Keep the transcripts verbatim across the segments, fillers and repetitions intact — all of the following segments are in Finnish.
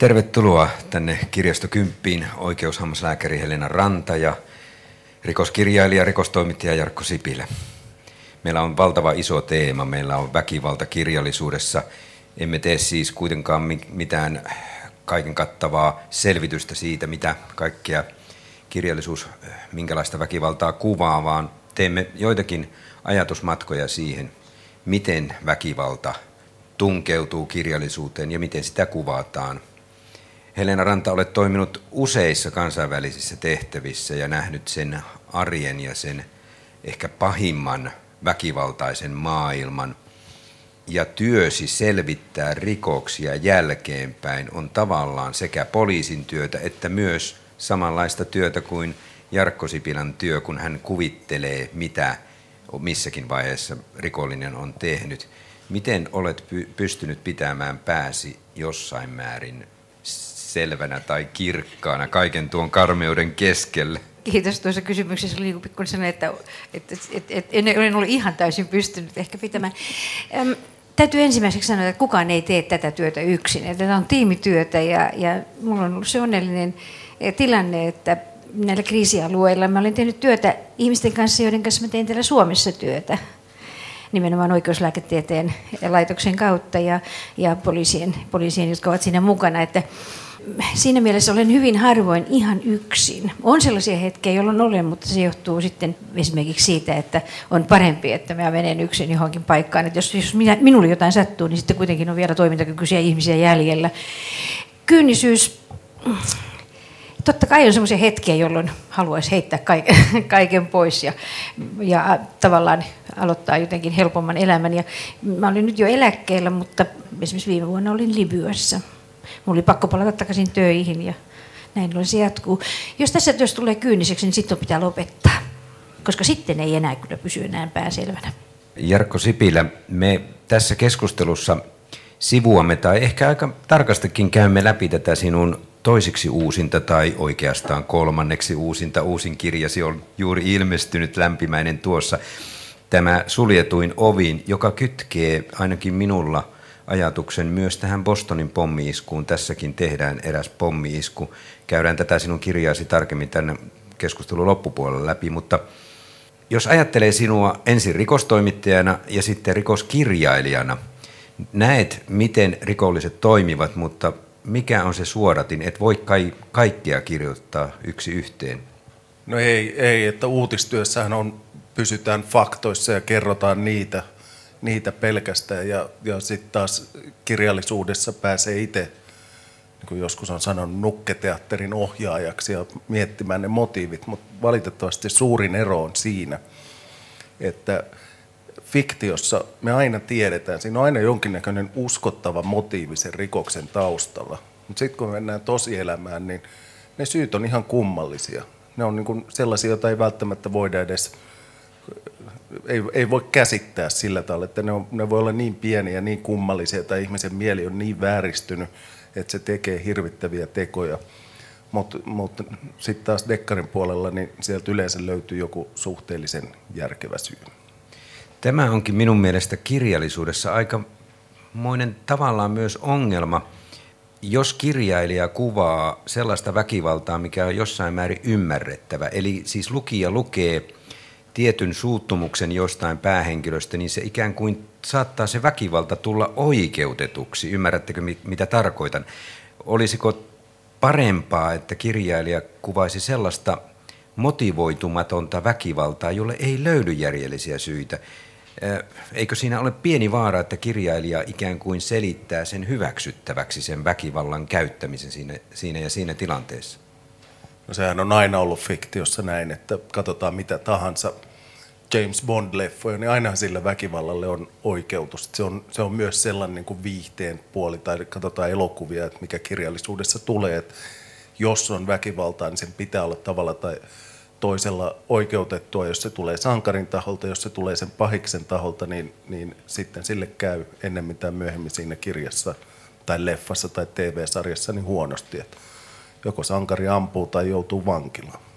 Tervetuloa tänne Kirjasto Kymppiin, oikeushammaslääkäri Helena Ranta ja rikoskirjailija, rikostoimittaja Jarkko Sipilä. Meillä on valtava iso teema, meillä on väkivalta kirjallisuudessa. Emme tee siis kuitenkaan mitään kaiken kattavaa selvitystä siitä, mitä kaikkea kirjallisuus, minkälaista väkivaltaa kuvaa, vaan teemme joitakin ajatusmatkoja siihen, miten väkivalta tunkeutuu kirjallisuuteen ja miten sitä kuvataan. Helena Ranta, olet toiminut useissa kansainvälisissä tehtävissä ja nähnyt sen arjen ja sen ehkä pahimman väkivaltaisen maailman. Ja työsi selvittää rikoksia jälkeenpäin on tavallaan sekä poliisin työtä että myös samanlaista työtä kuin Jarkko Sipilän työ, kun hän kuvittelee, mitä missäkin vaiheessa rikollinen on tehnyt. Miten olet pystynyt pitämään pääsi jossain määrin selvänä tai kirkkaana kaiken tuon karmeuden keskellä? Kiitos. Tuossa kysymyksessä oli pikkuinen sanoa, että, että, että, että en, en ole ihan täysin pystynyt ehkä pitämään. Äm, täytyy ensimmäiseksi sanoa, että kukaan ei tee tätä työtä yksin. Että tämä on tiimityötä ja, ja minulla on ollut se onnellinen tilanne, että näillä kriisialueilla mä olen tehnyt työtä ihmisten kanssa, joiden kanssa mä teen täällä Suomessa työtä. Nimenomaan oikeuslääketieteen laitoksen kautta ja, ja poliisien, poliisien, jotka ovat siinä mukana. Että siinä mielessä olen hyvin harvoin ihan yksin. On sellaisia hetkiä, jolloin olen, mutta se johtuu sitten esimerkiksi siitä, että on parempi, että mä menen yksin johonkin paikkaan. Että jos, jos minä, minulle jotain sattuu, niin sitten kuitenkin on vielä toimintakykyisiä ihmisiä jäljellä. Kyynisyys. Totta kai on sellaisia hetkiä, jolloin haluaisi heittää kaiken, kaiken pois ja, ja tavallaan aloittaa jotenkin helpomman elämän. Ja mä olin nyt jo eläkkeellä, mutta esimerkiksi viime vuonna olin Libyassa. Mulla oli pakko palata takaisin töihin ja näin ollen se jatkuu. Jos tässä työssä tulee kyyniseksi, niin sitten pitää lopettaa, koska sitten ei enää kyllä pysy enää pääselvänä. Jarkko Sipilä, me tässä keskustelussa sivuamme tai ehkä aika tarkastikin käymme läpi tätä sinun toisiksi uusinta tai oikeastaan kolmanneksi uusinta. Uusin kirjasi on juuri ilmestynyt, Lämpimäinen tuossa. Tämä Suljetuin ovi, joka kytkee ainakin minulla ajatuksen myös tähän Bostonin pommi-iskuun. Tässäkin tehdään eräs pommi-isku. Käydään tätä sinun kirjaasi tarkemmin tänne keskustelun loppupuolella läpi, mutta jos ajattelee sinua ensin rikostoimittajana ja sitten rikoskirjailijana, näet miten rikolliset toimivat, mutta mikä on se suodatin? Et voi kai kaikkia kirjoittaa yksi yhteen. No ei, ei, että uutistyössähän on, pysytään faktoissa ja kerrotaan niitä, niitä pelkästään. Ja, ja sitten taas kirjallisuudessa pääsee itse, niin kuin joskus on sanonut, nukketeatterin ohjaajaksi ja miettimään ne motiivit. Mutta valitettavasti suurin ero on siinä, että fiktiossa me aina tiedetään, siinä on aina jonkinnäköinen uskottava motiivi sen rikoksen taustalla. Mutta sitten kun me mennään tosielämään, niin ne syyt on ihan kummallisia. Ne on niin kuin sellaisia, joita ei välttämättä voida edes, ei, ei voi käsittää sillä tavalla, että ne, on, ne voi olla niin pieniä, niin kummallisia, että ihmisen mieli on niin vääristynyt, että se tekee hirvittäviä tekoja. Mutta mut sitten taas dekkarin puolella, niin sieltä yleensä löytyy joku suhteellisen järkevä syy. Tämä onkin minun mielestä kirjallisuudessa aikamoinen tavallaan myös ongelma, jos kirjailija kuvaa sellaista väkivaltaa, mikä on jossain määrin ymmärrettävä. Eli siis lukija lukee tietyn suuttumuksen jostain päähenkilöstä, niin se ikään kuin saattaa se väkivalta tulla oikeutetuksi. Ymmärrättekö, mitä tarkoitan? Olisiko parempaa, että kirjailija kuvaisi sellaista motivoitumatonta väkivaltaa, jolle ei löydy järjellisiä syitä? Eikö siinä ole pieni vaara, että kirjailija ikään kuin selittää sen hyväksyttäväksi sen väkivallan käyttämisen siinä, siinä ja siinä tilanteessa? No sehän on aina ollut fiktiossa näin, että katsotaan mitä tahansa James Bond-leffoja, niin aina sillä väkivallalle on oikeutus. Se on, se on myös sellainen niin kuin viihteen puoli, tai katsotaan elokuvia, että mikä kirjallisuudessa tulee, että jos on väkivaltaa, niin sen pitää olla tavalla tai toisella oikeutettua, jos se tulee sankarin taholta, jos se tulee sen pahiksen taholta, niin, niin sitten sille käy ennemmin tai myöhemmin siinä kirjassa tai leffassa tai T V-sarjassa niin huonosti, että joko sankari ampuu tai joutuu vankilaan.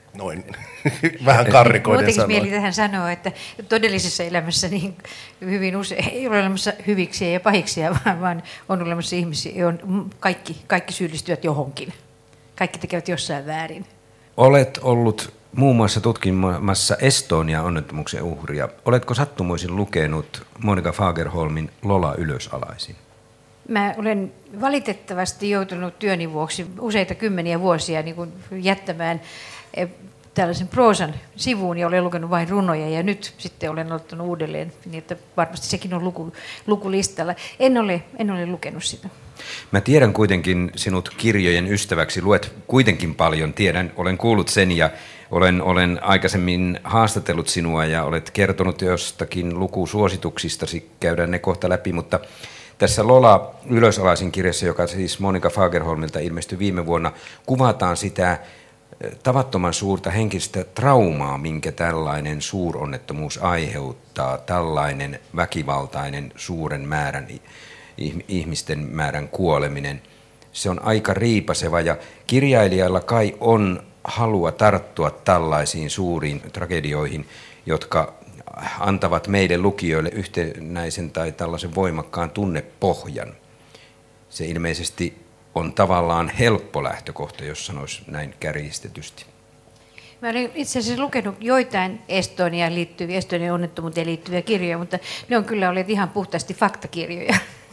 Noin, vähän karrikoiden Muutenkin sanoin. mieli tähän sanoa, että todellisessa elämässä niin hyvin usein ei ole olemassa hyviksiä ja pahiksia, vaan, vaan on olemassa ihmisiä, joihin kaikki, kaikki syyllistyvät johonkin. Kaikki tekevät jossain väärin. Olet ollut muun muassa tutkimassa Estonia-onnettomuuksen uhria. Oletko sattumoisin lukenut Monika Fagerholmin Lola ylösalaisin? Mä olen valitettavasti joutunut työni vuoksi useita kymmeniä vuosia niin kuin jättämään tällaisen proosan sivuun ja olen lukenut vain runoja ja nyt sitten olen ottanut uudelleen, niin että varmasti sekin on luku, lukulistalla. En ole, en ole lukenut sitä. Mä tiedän kuitenkin sinut kirjojen ystäväksi, luet kuitenkin paljon, tiedän, olen kuullut sen ja olen, olen aikaisemmin haastatellut sinua ja olet kertonut jostakin lukusuosituksistasi, käydään ne kohta läpi, mutta tässä Lola ylösalaisin kirjassa, joka siis Monika Fagerholmilta ilmestyi viime vuonna, kuvataan sitä tavattoman suurta henkistä traumaa, minkä tällainen suuronnettomuus aiheuttaa, tällainen väkivaltainen suuren määrän ihmisten määrän kuoleminen. Se on aika riipaseva ja kirjailijalla kai on halua tarttua tällaisiin suuriin tragedioihin, jotka antavat meille lukijoille yhtenäisen tai tällaisen voimakkaan tunnepohjan. Se ilmeisesti on tavallaan helppo lähtökohta, jos sanoisi näin kärjistetysti. Mä olin itse asiassa lukenut joitain Estoniaan liittyviä, Estonian onnettomuuteen liittyviä kirjoja, mutta ne on kyllä olleet ihan puhtaasti faktakirjoja.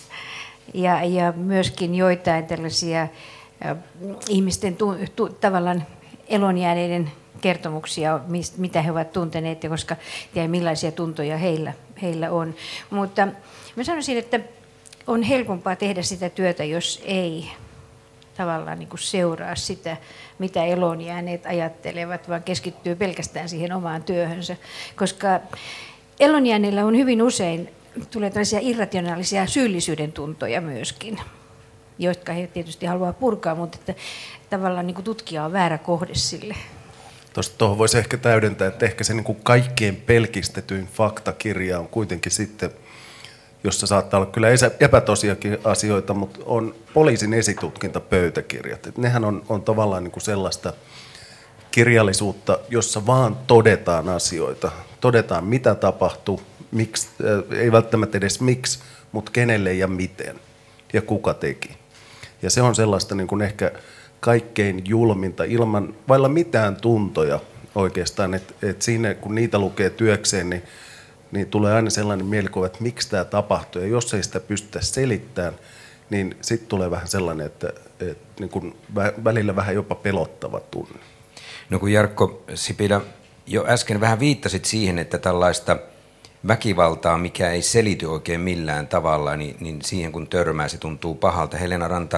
Ja, ja myöskin joitain tällaisia äh, ihmisten tu, tu, tavallaan elonjääneiden kertomuksia, mist, mitä he ovat tunteneet ja koska ja millaisia tuntoja heillä, heillä on. Mutta mä sanoisin, että on helpompaa tehdä sitä työtä, jos ei tavallaan niin kuin seuraa sitä, mitä elonjääneet ajattelevat, vaan keskittyy pelkästään siihen omaan työhönsä. Koska elonjääneillä on hyvin usein tulee tällaisia irrationaalisia syyllisyyden tuntoja myöskin, jotka he tietysti haluaa purkaa, mutta että tavallaan niin kuin tutkija on väärä kohde sille. Tuosta tuohon voisi ehkä täydentää, että ehkä se niin kuin kaikkein pelkistetyin faktakirja on kuitenkin sitten, jossa saattaa olla kyllä epätosiakin asioita, mutta on poliisin esitutkintapöytäkirjat. Et nehän on, on tavallaan niin kuin sellaista kirjallisuutta, jossa vaan todetaan asioita. Todetaan, mitä tapahtui, miksi, äh, ei välttämättä edes miksi, mutta kenelle ja miten ja kuka teki. Ja se on sellaista niin kuin ehkä kaikkein julminta, ilman, vailla mitään tuntoja oikeastaan, että et siinä kun niitä lukee työkseen, niin niin tulee aina sellainen mielikuva, että miksi tämä tapahtuu. Ja jos ei sitä pystytä selittämään, niin sitten tulee vähän sellainen, että, että niin kuin välillä vähän jopa pelottava tunne. No kun Jarkko Sipilä jo äsken vähän viittasit siihen, että tällaista väkivaltaa, mikä ei selity oikein millään tavalla, niin, niin siihen kun törmää, se tuntuu pahalta. Helena Ranta,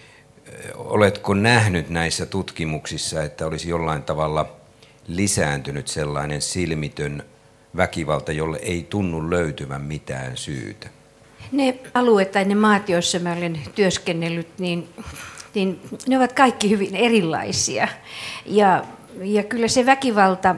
oletko nähnyt näissä tutkimuksissa, että olisi jollain tavalla lisääntynyt sellainen silmitön väkivalta, jolle ei tunnu löytyvän mitään syytä? Ne alueet tai ne maat, joissa mä olen työskennellyt, niin, niin ne ovat kaikki hyvin erilaisia. Ja, ja kyllä se väkivalta,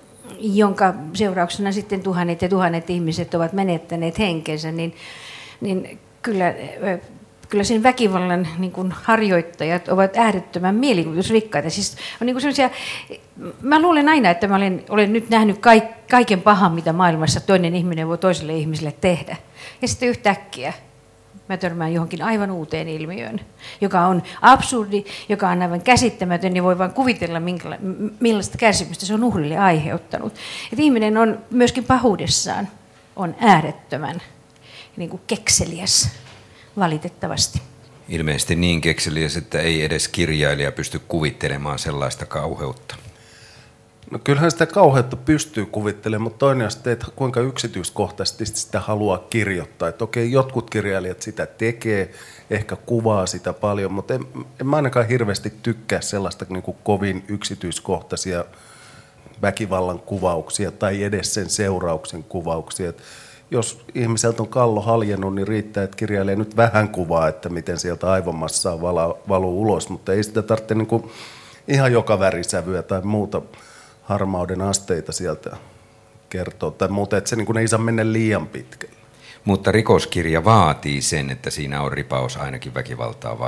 jonka seurauksena sitten tuhannet ja tuhannet ihmiset ovat menettäneet henkensä, niin, niin kyllä, kyllä sen väkivallan niin kuin harjoittajat ovat äärettömän mielikuvitusrikkaita. Siis on niin kuin sellaisia, mä luulen aina, että mä olen, olen nyt nähnyt kaik, kaiken pahan, mitä maailmassa toinen ihminen voi toiselle ihmiselle tehdä. Ja sitten yhtäkkiä mä törmään johonkin aivan uuteen ilmiöön, joka on absurdi, joka on aivan käsittämätön ja voi vain kuvitella, millaista kärsimystä se on uhrille aiheuttanut. Et ihminen on myöskin pahuudessaan on äärettömän niin kuin kekseliäs, valitettavasti. Ilmeisesti niin kekseliäs, että ei edes kirjailija pysty kuvittelemaan sellaista kauheutta. No kyllähän sitä kauheutta pystyy kuvittelemaan, mutta toinen on sitten, että kuinka yksityiskohtaisesti sitä haluaa kirjoittaa. Että okei, jotkut kirjailijat sitä tekee, ehkä kuvaa sitä paljon, mutta en, en mä ainakaan hirveästi tykkää sellaista niin kuin kovin yksityiskohtaisia väkivallan kuvauksia tai edes sen seurauksen kuvauksia. Että jos ihmiseltä on kallo haljennut, niin riittää, että kirjailija nyt vähän kuvaa, että miten sieltä aivomassaa valuu ulos, mutta ei sitä tarvitse niin kuin ihan joka värisävyä tai muuta harmauden asteita sieltä kertoo tai muuta, että se niin kuin ei saa mennä liian pitkälle. Mutta rikoskirja vaatii sen, että siinä on ripaus ainakin väkivaltaa vai?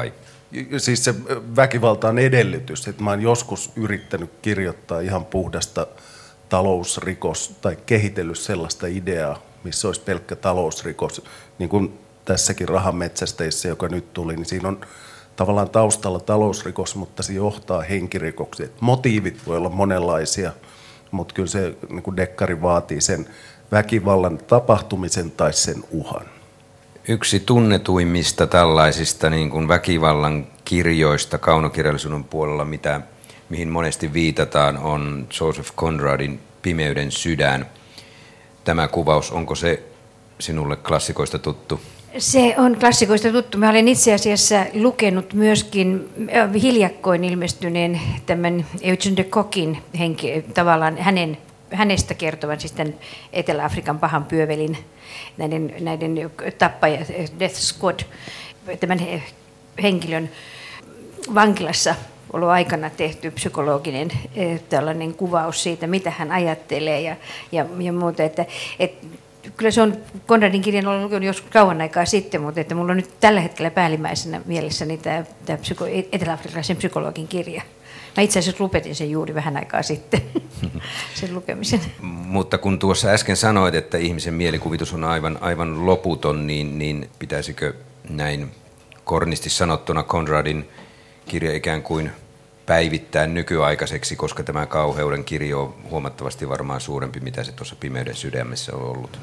Siis se väkivalta on edellytys, että mä oon joskus yrittänyt kirjoittaa ihan puhdasta talousrikos tai kehitellyt sellaista ideaa, missä olisi pelkkä talousrikos. Niin kuin tässäkin Rahametsästeissä, joka nyt tuli, niin siinä on tavallaan taustalla talousrikos, mutta se johtaa henkirikoksiin. Motiivit voi olla monenlaisia, mutta kyllä se niin kuin dekkari vaatii sen väkivallan tapahtumisen tai sen uhan. Yksi tunnetuimmista tällaisista niin kuin väkivallan kirjoista kaunokirjallisuuden puolella, mitä, mihin monesti viitataan, on Joseph Conradin Pimeyden sydän. Tämä kuvaus, onko se sinulle klassikoista tuttu? Se on klassikoista tuttu. Mä olen itse asiassa lukenut myöskin hiljakkoin ilmestyneen tämän Eugene de Kockin henki, tavallaan hänen, hänestä kertovan, siis tämän Etelä-Afrikan pahan pyövelin, näiden, näiden tappaja, Death Squad, tämän henkilön vankilassa ollut aikana tehty psykologinen tällainen kuvaus siitä, mitä hän ajattelee ja, ja, ja muuta. Että, et, kyllä se on Conradin kirjan ollut lukenut joskus kauan aikaa sitten, mutta että mulla on nyt tällä hetkellä päällimmäisenä mielessäni tämä, tämä psyko, etelä-afrikkalaisen psykologin kirja. Mä itse asiassa lopetin sen juuri vähän aikaa sitten, sen lukemisen. Mutta kun tuossa äsken sanoit, että ihmisen mielikuvitus on aivan, aivan loputon, niin, niin pitäisikö näin kornisti sanottuna Conradin kirja ikään kuin päivittää nykyaikaiseksi, koska tämä kauheuden kirjo on huomattavasti varmaan suurempi, mitä se tuossa Pimeyden sydämessä on ollut?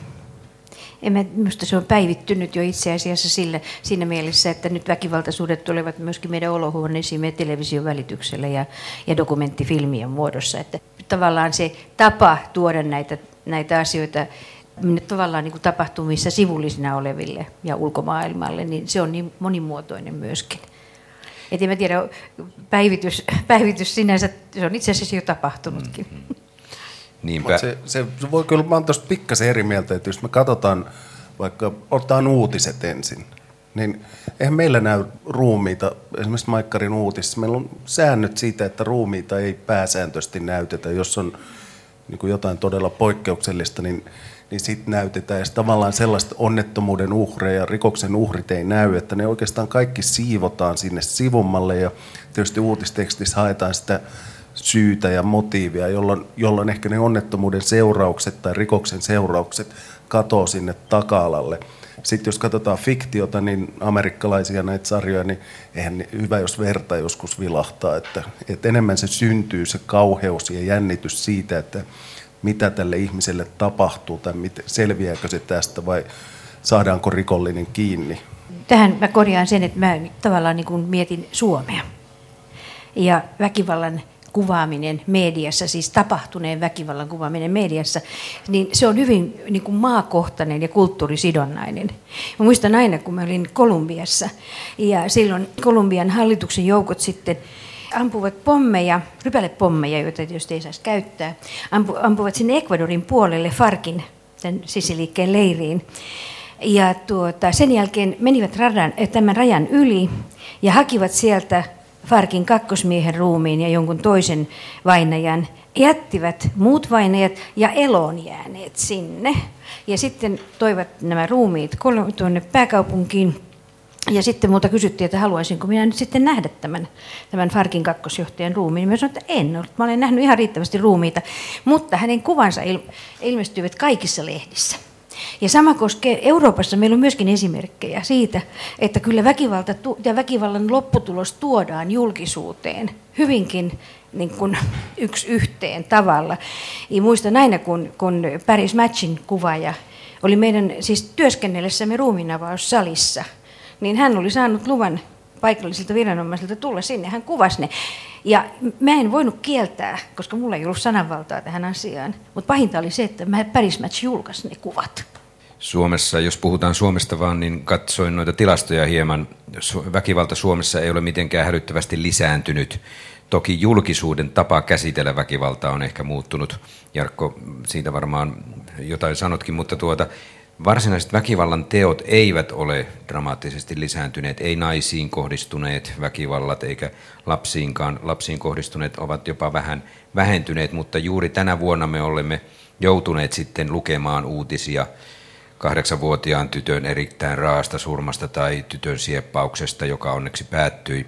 Minusta se on päivittynyt jo itse asiassa sillä, siinä mielessä, että nyt väkivaltaisuudet tulevat myöskin meidän olohuoneisiin meidän television välityksellä ja, ja dokumenttifilmien muodossa. Että tavallaan se tapa tuoda näitä, näitä asioita tavallaan niin kuin tapahtumissa sivullisina oleville ja ulkomaailmalle, niin se on niin monimuotoinen myöskin. Et en mä tiedä, päivitys, päivitys sinänsä, se on itse asiassa jo tapahtunutkin. Mm-hmm. Niinpä. Se, se voi kyllä, mä oon tuosta pikkasen eri mieltä, että jos me katsotaan, vaikka otetaan uutiset ensin, niin eihän meillä näy ruumiita, esimerkiksi Maikkarin uutisissa, meillä on säännöt siitä, että ruumiita ei pääsääntöisesti näytetä, jos on niin kuin jotain todella poikkeuksellista, niin niin sitten näytetään. Ja tavallaan sellaista onnettomuuden uhreja, rikoksen uhrit ei näy, että ne oikeastaan kaikki siivotaan sinne sivummalle. Ja tietysti uutistekstissä haetaan sitä syytä ja motiivia, jolloin, jolloin ehkä ne onnettomuuden seuraukset tai rikoksen seuraukset katoo sinne taka-alalle. Sitten jos katsotaan fiktiota, niin amerikkalaisia näitä sarjoja, niin eihän hyvä, jos verta joskus vilahtaa. Että, että enemmän se syntyy, se kauheus ja jännitys siitä, että mitä tälle ihmiselle tapahtuu tai selviääkö se tästä vai saadaanko rikollinen kiinni. Tähän mä korjaan sen, että mä tavallaan niin kuin mietin Suomea ja väkivallan kuvaaminen mediassa, siis tapahtuneen väkivallan kuvaaminen mediassa, niin se on hyvin niin kuin maakohtainen ja kulttuurisidonnainen. Mä muistan aina, kun mä olin Kolumbiassa ja silloin Kolumbian hallituksen joukot sitten ampuvat pommeja, rypälepommeja, joita tietysti ei saisi käyttää, ampu, ampuvat sinne Ecuadorin puolelle Farkin, sen sisiliikkeen leiriin. Ja tuota, sen jälkeen menivät radan, tämän rajan yli ja hakivat sieltä Farkin kakkosmiehen ruumiin ja jonkun toisen vainajan, jättivät muut vainajat ja eloon jääneet sinne. Ja sitten toivat nämä ruumiit tuonne pääkaupunkiin. Ja sitten multa kysyttiin, että haluaisinko minä nyt sitten nähdä tämän, tämän Farkin kakkosjohtajan ruumiin. Mä sanoin, että en. Mä olen nähnyt ihan riittävästi ruumiita, mutta hänen kuvansa ilmestyivät kaikissa lehdissä. Ja sama koskee Euroopassa. Meillä on myöskin esimerkkejä siitä, että kyllä väkivalta ja väkivallan lopputulos tuodaan julkisuuteen hyvinkin niin kuin yksi yhteen tavalla. Ja muistan aina, kun, kun Paris Matchin kuvaaja oli meidän siis työskennellessämme ruumiinavaussalissa, niin hän oli saanut luvan paikallisilta viranomaisilta tulla sinne, hän kuvasi ne. Ja mä en voinut kieltää, koska mulla ei ollut sananvaltaa tähän asiaan, mutta pahinta oli se, että mä Paris Match julkaisi ne kuvat. Suomessa, jos puhutaan Suomesta vaan, niin katsoin noita tilastoja hieman. Väkivalta Suomessa ei ole mitenkään hälyttävästi lisääntynyt. Toki julkisuuden tapa käsitellä väkivaltaa on ehkä muuttunut. Jarkko, siitä varmaan jotain sanotkin, mutta tuota, varsinaiset väkivallan teot eivät ole dramaattisesti lisääntyneet, ei naisiin kohdistuneet väkivallat eikä lapsiinkaan. Lapsiin kohdistuneet ovat jopa vähän vähentyneet, mutta juuri tänä vuonna me olemme joutuneet sitten lukemaan uutisia kahdeksanvuotiaan tytön erittäin raasta surmasta tai tytön sieppauksesta, joka onneksi päättyi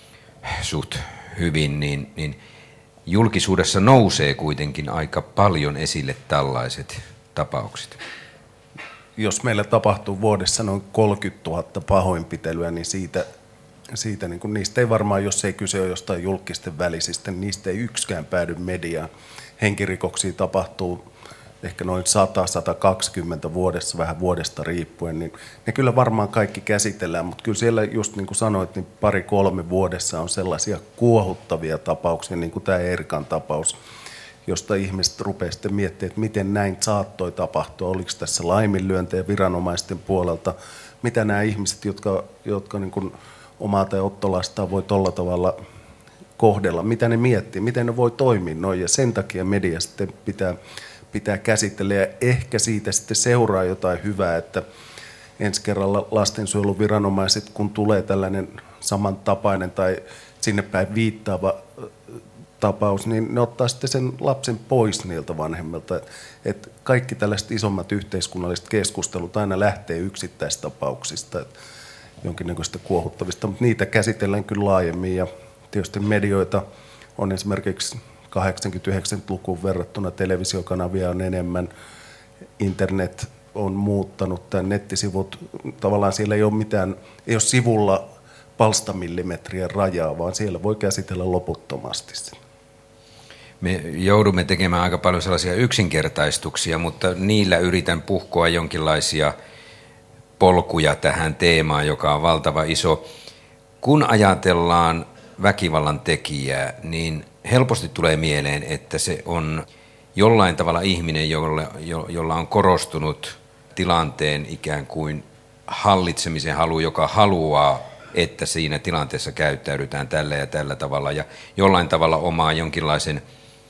suht hyvin, niin, niin julkisuudessa nousee kuitenkin aika paljon esille tällaiset tapaukset. Jos meillä tapahtuu vuodessa noin kolmekymmentätuhatta pahoinpitelyä, niin siitä, siitä niin kuin niistä ei varmaan, jos ei kyse ole jostain julkisten välisistä, niin niistä ei yksikään päädy mediaan. Henkirikoksia tapahtuu ehkä noin sata sata kaksikymmentä vuodessa, vähän vuodesta riippuen, niin ne kyllä varmaan kaikki käsitellään, mutta kyllä siellä just niin kuin sanoit, niin pari-kolme vuodessa on sellaisia kuohuttavia tapauksia, niin kuin tämä Eerikan tapaus, josta ihmiset rupeaa sitten miettimään, että miten näin saattoi tapahtua, oliko tässä laiminlyöntejä viranomaisten puolelta, mitä nämä ihmiset, jotka, jotka niin kuin omaa tai ottolastaan voi tolla tavalla kohdella, mitä ne miettii, miten ne voi toimia noin, ja sen takia media sitten pitää pitää käsitellä ja ehkä siitä sitten seuraa jotain hyvää, että ensi kerralla lastensuojeluviranomaiset, kun tulee tällainen samantapainen tai sinne päin viittaava tapaus, niin ne ottaa sitten sen lapsen pois niiltä vanhemmilta. Et kaikki tällaiset isommat yhteiskunnalliset keskustelut aina lähtee yksittäistapauksista, jonkinnäköistä kuohuttavista, mutta niitä käsitellään kyllä laajemmin ja tietysti medioita on esimerkiksi kahdeksankymmentä-yhdeksänkymmentälukuun verrattuna televisiokanavia on enemmän, internet on muuttanut, tämän nettisivut, tavallaan siellä ei ole mitään, ei ole sivulla palstamillimetrien rajaa, vaan siellä voi käsitellä loputtomasti. Me joudumme tekemään aika paljon sellaisia yksinkertaistuksia, mutta niillä yritän puhkoa jonkinlaisia polkuja tähän teemaan, joka on valtava iso. Kun ajatellaan väkivallan tekijää, niin helposti tulee mieleen, että se on jollain tavalla ihminen, jolle, jo, jolla on korostunut tilanteen ikään kuin hallitsemisen halu, joka haluaa, että siinä tilanteessa käyttäydytään tällä ja tällä tavalla ja jollain tavalla omaa jonkinlaisen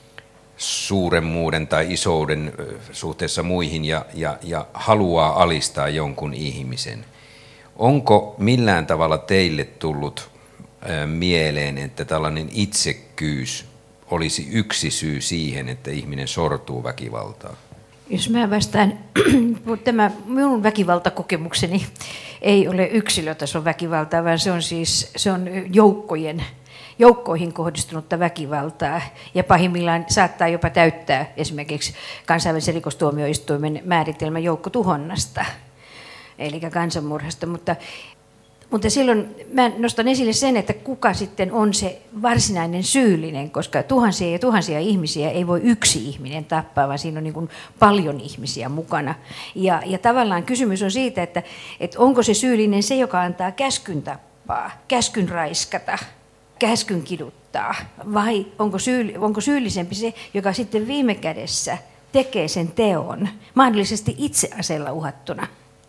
suuremmuuden tai isouden suhteessa muihin ja, ja, ja haluaa alistaa jonkun ihmisen. Onko millään tavalla teille tullut mieleen, että tällainen itsekkyys olisi yksi syy siihen, että ihminen sortuu väkivaltaan? Jos mä vastaan, tämä minun väkivaltakokemukseni ei ole yksilötason väkivaltaa, vaan se on siis se on joukkojen, joukkoihin kohdistunutta väkivaltaa ja pahimmillaan saattaa jopa täyttää esimerkiksi kansainvälisen rikostuomioistuimen määritelmä joukkotuhonnasta, eli kansanmurhasta, mutta Mutta silloin mä nostan esille sen, että kuka sitten on se varsinainen syyllinen, koska tuhansia ja tuhansia ihmisiä ei voi yksi ihminen tappaa, vaan siinä on niin kuin paljon ihmisiä mukana. Ja, ja tavallaan kysymys on siitä, että, että onko se syyllinen se, joka antaa käskyn tappaa, käskyn raiskata, käskyn kiduttaa, vai onko, syyl, onko syyllisempi se, joka sitten viime kädessä tekee sen teon, mahdollisesti itse aseella uhattuna.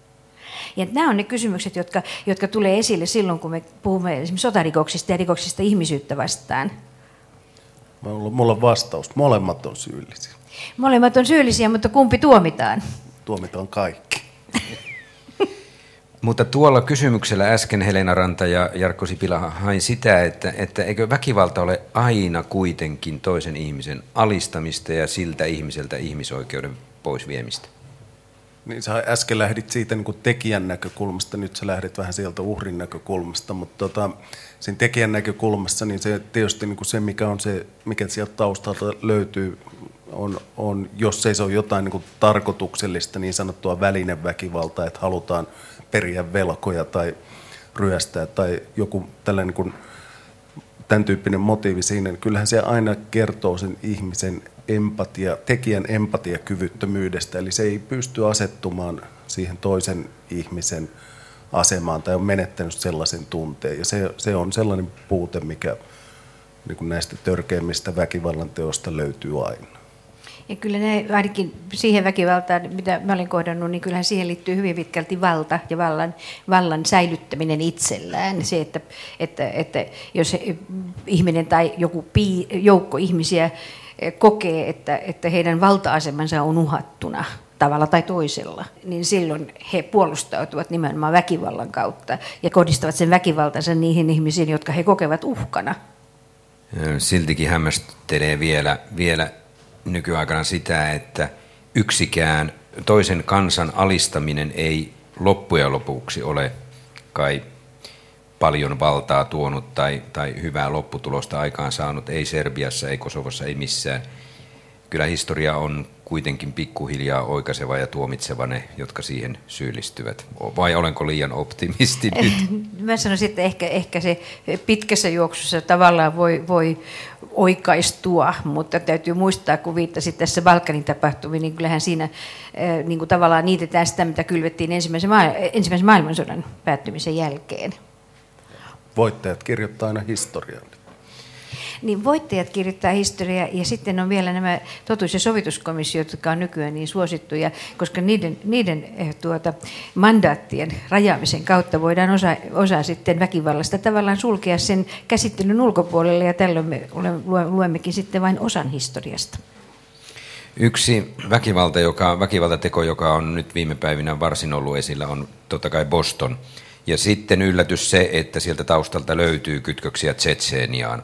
Ja nämä on ne kysymykset, jotka, jotka tulee esille silloin, kun me puhumme esimerkiksi sotarikoksista ja rikoksista ihmisyyttä vastaan. Mulla on vastaus. Molemmat on syyllisiä. Molemmat on syyllisiä, mutta kumpi tuomitaan? Tuomitaan kaikki. Mutta tuolla kysymyksellä äsken Helena Ranta ja Jarkko Sipilä hain sitä, että, että eikö väkivalta ole aina kuitenkin toisen ihmisen alistamista ja siltä ihmiseltä ihmisoikeuden pois viemistä? Niin sä äsken lähdit siitä niin kuin tekijän näkökulmasta, nyt sä lähdit vähän sieltä uhrin näkökulmasta, mutta tota, siinä tekijän näkökulmassa niin se tietysti niin kuin se, mikä on se, mikä sieltä taustalta löytyy, on, on jos ei se ole jotain niin kuin tarkoituksellista, niin sanottua välineväkivaltaa, että halutaan periä velkoja tai ryöstää tai joku tällainen niin kuin, tämän tyyppinen motiivi siinä, niin kyllähän se aina kertoo sen ihmisen empatia, tekijän empatiakyvyttömyydestä, eli se ei pysty asettumaan siihen toisen ihmisen asemaan tai on menettänyt sellaisen tunteen. Ja se, se on sellainen puute, mikä niin kuin näistä törkeimmistä väkivallan teosta löytyy aina. Ja kyllä ne, ainakin siihen väkivaltaan, mitä mä olin kohdannut, niin kyllähän siihen liittyy hyvin pitkälti valta ja vallan, vallan säilyttäminen itsellään. Se, että, että, että jos ihminen tai joku pii, joukko ihmisiä kokee, että, että heidän valta-asemansa on uhattuna tavalla tai toisella, niin silloin he puolustautuvat nimenomaan väkivallan kautta ja kohdistavat sen väkivaltansa niihin ihmisiin, jotka he kokevat uhkana. Siltikin hämmästelee vielä, vielä nykyaikana sitä, että yksikään toisen kansan alistaminen ei loppujen lopuksi ole kai paljon valtaa tuonut tai, tai hyvää lopputulosta aikaan saanut, ei Serbiassa, ei Kosovossa, ei missään. Kyllä historia on kuitenkin pikkuhiljaa oikaiseva ja tuomitseva ne, jotka siihen syyllistyvät. Vai olenko liian optimisti nyt? Mä sanoisin, että ehkä, ehkä se pitkässä juoksussa tavallaan voi, voi oikaistua, mutta täytyy muistaa, kun viittasit tässä Balkanin tapahtumiin, niin kyllähän siinä niin kuin tavallaan niitetään sitä, mitä kylvettiin ensimmäisen, maa- ensimmäisen maailmansodan päättymisen jälkeen. Voittajat kirjoittaa aina historiaa. Niin voittajat kirjoittaa historiaa ja sitten on vielä nämä totuus- ja sovituskomissiot, jotka on nykyään niin suosittuja, koska niiden, niiden tuota, mandaattien rajaamisen kautta voidaan osa, osa sitten väkivallasta tavallaan sulkea sen käsittelyn ulkopuolelle ja tällöin me luemmekin sitten vain osan historiasta. Yksi väkivalta, joka, väkivaltateko, joka on nyt viime päivinä varsin ollut esillä, on totta kai Boston. Ja sitten yllätys se, että sieltä taustalta löytyy kytköksiä Tšetšeniaan.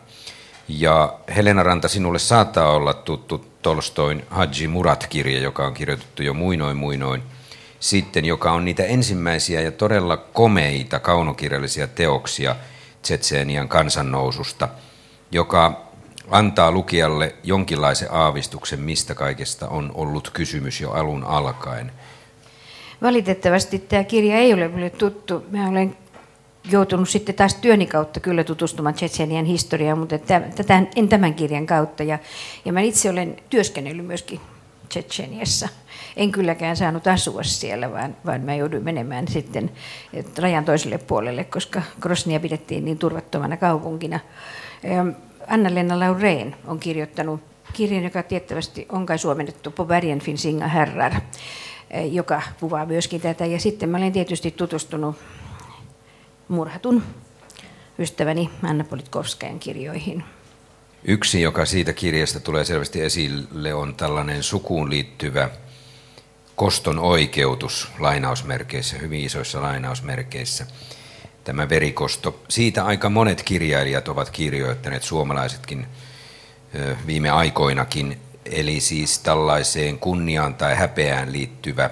Ja Helena Ranta, sinulle saattaa olla tuttu Tolstoin Hadži Murat-kirja, joka on kirjoitettu jo muinoin muinoin sitten, joka on niitä ensimmäisiä ja todella komeita kaunokirjallisia teoksia Tšetšenian kansannoususta, joka antaa lukijalle jonkinlaisen aavistuksen, mistä kaikesta on ollut kysymys jo alun alkaen. Valitettavasti tämä kirja ei ole minulle tuttu. Mä olen joutunut sitten taas työni kautta kyllä tutustumaan Tšetšenian historiaan, mutta tätä en tämän kirjan kautta. Ja, ja mä itse olen työskennellyt myöskin Tšetšeniassa. En kylläkään saanut asua siellä, vaan, vaan mä jouduin menemään sitten rajan toiselle puolelle, koska Groznia pidettiin niin turvattomana kaupunkina. Anna-Lena Laurén on kirjoittanut kirjan, joka tiettävästi on kai suomennettu På bergen finns inga herrar, joka kuvaa myöskin tätä. Ja sitten mä olen tietysti tutustunut murhatun ystäväni Anna Politkovskajan kirjoihin. Yksi, joka siitä kirjasta tulee selvästi esille, on tällainen sukuun liittyvä koston oikeutus lainausmerkeissä, hyvin isoissa lainausmerkeissä. Tämä verikosto. Siitä aika monet kirjailijat ovat kirjoittaneet, suomalaisetkin viime aikoinakin. Eli siis tällaiseen kunniaan tai häpeään liittyvä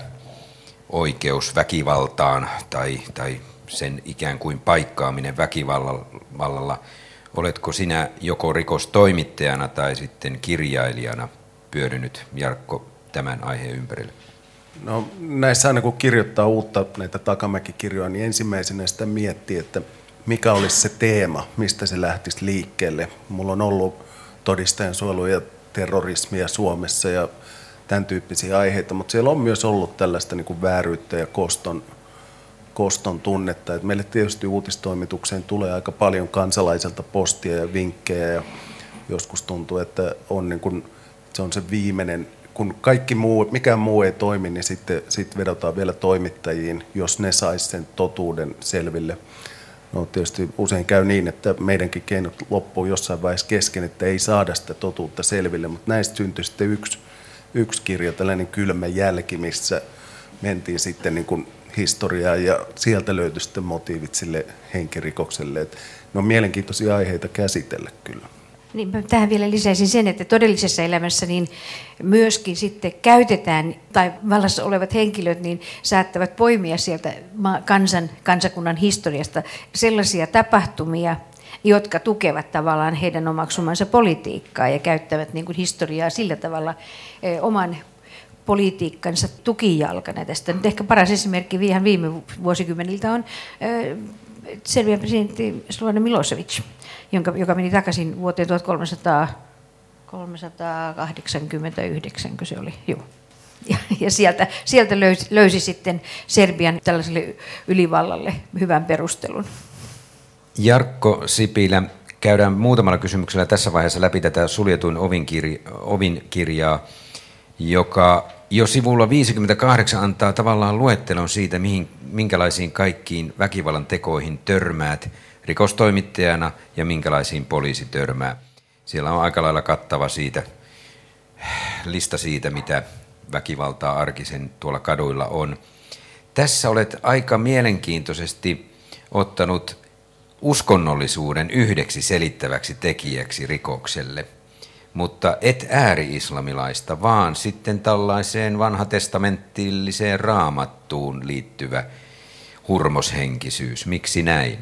oikeus väkivaltaan tai, tai sen ikään kuin paikkaaminen väkivallalla. Oletko sinä joko rikostoimittajana tai sitten kirjailijana pyörinyt, Jarkko, tämän aiheen ympärille? No näissä aina kun kirjoittaa uutta näitä Takamäki-kirjoja, niin ensimmäisenä sitä miettii, että mikä olisi se teema, mistä se lähtisi liikkeelle. Mulla on ollut todistajansuojelu ja terrorismia Suomessa ja tämän tyyppisiä aiheita, mutta siellä on myös ollut tällaista niin kuin vääryyttä ja koston, koston tunnetta. Et meille tietysti uutistoimitukseen tulee aika paljon kansalaiselta postia ja vinkkejä ja joskus tuntuu, että on niin kuin, se on se viimeinen, kun kaikki muu, mikään muu ei toimi, niin sitten sit vedotaan vielä toimittajiin, jos ne sais sen totuuden selville. No tietysti usein käy niin, että meidänkin keinot loppuu jossain vaiheessa kesken, että ei saada sitä totuutta selville, mutta näistä syntyi sitten yksi, yksi kirja, tällainen Kylmä jälki, missä mentiin sitten niin kuin historiaan ja sieltä löytyi sitten motiivit sille henkirikokselle. Et ne on mielenkiintoisia aiheita käsitellä kyllä. Niin, tähän vielä lisäisin sen, että todellisessa elämässä niin myöskin sitten käytetään, tai vallassa olevat henkilöt niin saattavat poimia sieltä kansan, kansakunnan historiasta sellaisia tapahtumia, jotka tukevat tavallaan heidän omaksumansa politiikkaa ja käyttävät niin kuin historiaa sillä tavalla eh, oman politiikkansa tukijalkana tästä. Nyt ehkä paras esimerkki ihan viime vuosikymmeniltä on eh, Serbian presidentti Slobodan Milošević, jonka, joka meni takaisin vuoteen tuhatkolmesataakahdeksankymmentäyhdeksän, kun se oli. Joo. Ja, ja sieltä, sieltä löysi, löysi sitten Serbian tällaiselle ylivallalle hyvän perustelun. Jarkko Sipilä, käydään muutamalla kysymyksellä tässä vaiheessa läpi tätä suljetuin ovin, kirja, ovin kirjaa, joka jo sivulla viisikymmentäkahdeksan antaa tavallaan luettelon siitä, mihin, minkälaisiin kaikkiin väkivallan tekoihin törmäät rikostoimittajana ja minkälaisiin poliisi törmää. Siellä on aika lailla kattava siitä, lista siitä, mitä väkivaltaa arkisen tuolla kaduilla on. Tässä olet aika mielenkiintoisesti ottanut uskonnollisuuden yhdeksi selittäväksi tekijäksi rikokselle. mutta et ääri-islamilaista, vaan sitten tällaiseen vanhatestamenttilliseen raamattuun liittyvä hurmoshenkisyys. Miksi näin?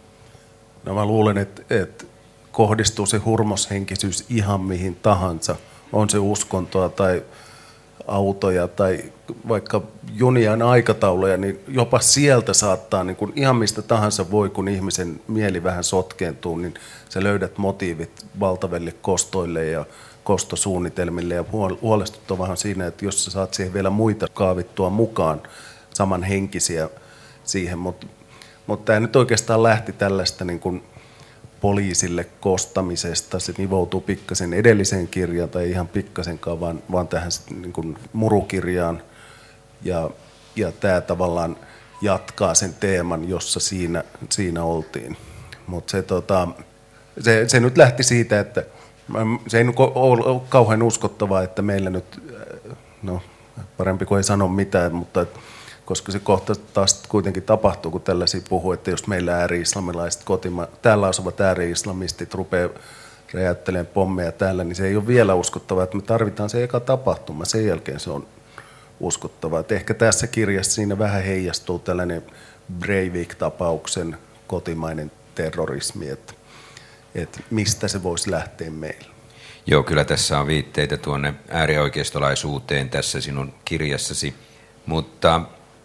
No mä luulen, että, että kohdistuu se hurmoshenkisyys ihan mihin tahansa. On se uskontoa tai autoja tai vaikka junien aikatauluja, niin jopa sieltä saattaa, niin kuin ihan mistä tahansa voi, kun ihmisen mieli vähän sotkeentuu, niin sä löydät motiivit valtaville kostoille ja kostosuunnitelmille. Ja huolestuttavahan siinä, että jos sä saat siihen vielä muita kaavittua mukaan, samanhenkisiä siihen, mutta mut tämä nyt oikeastaan lähti tällaista niin kuin poliisille kostamisesta. Se nivoutuu pikkasen edelliseen kirjaan tai ihan pikkasenkaan, vaan, vaan tähän niin kuin murukirjaan. Ja, ja tämä tavallaan jatkaa sen teeman, jossa siinä, siinä oltiin. Mutta se, tota, se, se nyt lähti siitä, että se ei ole kauhean uskottavaa, että meillä nyt, no parempi kuin ei sano mitään, mutta koska se kohta taas kuitenkin tapahtuu, kun tällaisia puhuu, että jos meillä ääri-islamilaiset kotima, täällä asuvat ääri-islamistit rupeaa räjäyttelemään pommeja täällä, niin se ei ole vielä uskottavaa, että me tarvitaan se eka tapahtuma, sen jälkeen se on uskottavaa. Että ehkä tässä kirjassa siinä vähän heijastuu tällainen Breivik-tapauksen kotimainen terrorismi, että, että mistä se voisi lähteä meillä. Joo, kyllä tässä on viitteitä tuonne äärioikeistolaisuuteen tässä sinun kirjassasi, mutta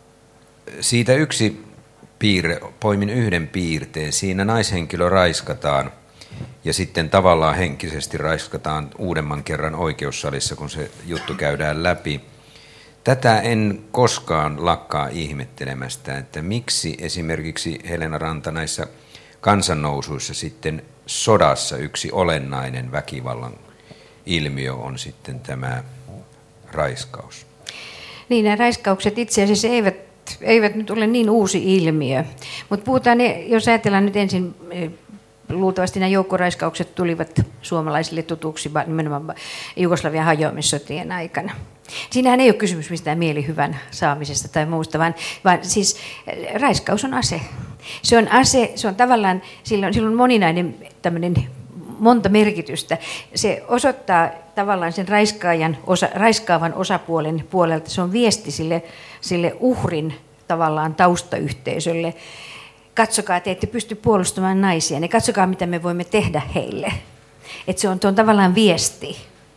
siitä yksi piirre, poimin yhden piirteen. Siinä naishenkilö raiskataan ja sitten tavallaan henkisesti raiskataan uudemman kerran oikeussalissa, kun se juttu käydään läpi. Tätä en koskaan lakkaa ihmettelemästä, että miksi esimerkiksi Helena Ranta näissä kansannousuissa sitten sodassa yksi olennainen väkivallan ilmiö on sitten tämä raiskaus. Niin, nämä raiskaukset itse asiassa eivät, eivät nyt ole niin uusi ilmiö, mutta puhutaan, jos ajatellaan nyt ensin, luultavasti nämä joukkoraiskaukset tulivat suomalaisille tutuksi nimenomaan Jugoslavian hajoamissotien aikana. Siinähän ei ole kysymys mistään mielihyvän saamisesta tai muusta, vaan, vaan siis raiskaus on ase. Se on ase, se on tavallaan, sillä on, sillä on moninainen tämmöinen monta merkitystä. Se osoittaa tavallaan sen raiskaajan, osa, raiskaavan osapuolen puolelta, se on viesti sille, sille uhrin tavallaan taustayhteisölle. Katsokaa, te ette pysty puolustamaan naisia, niin katsokaa, mitä me voimme tehdä heille. Että se on, on tavallaan viesti.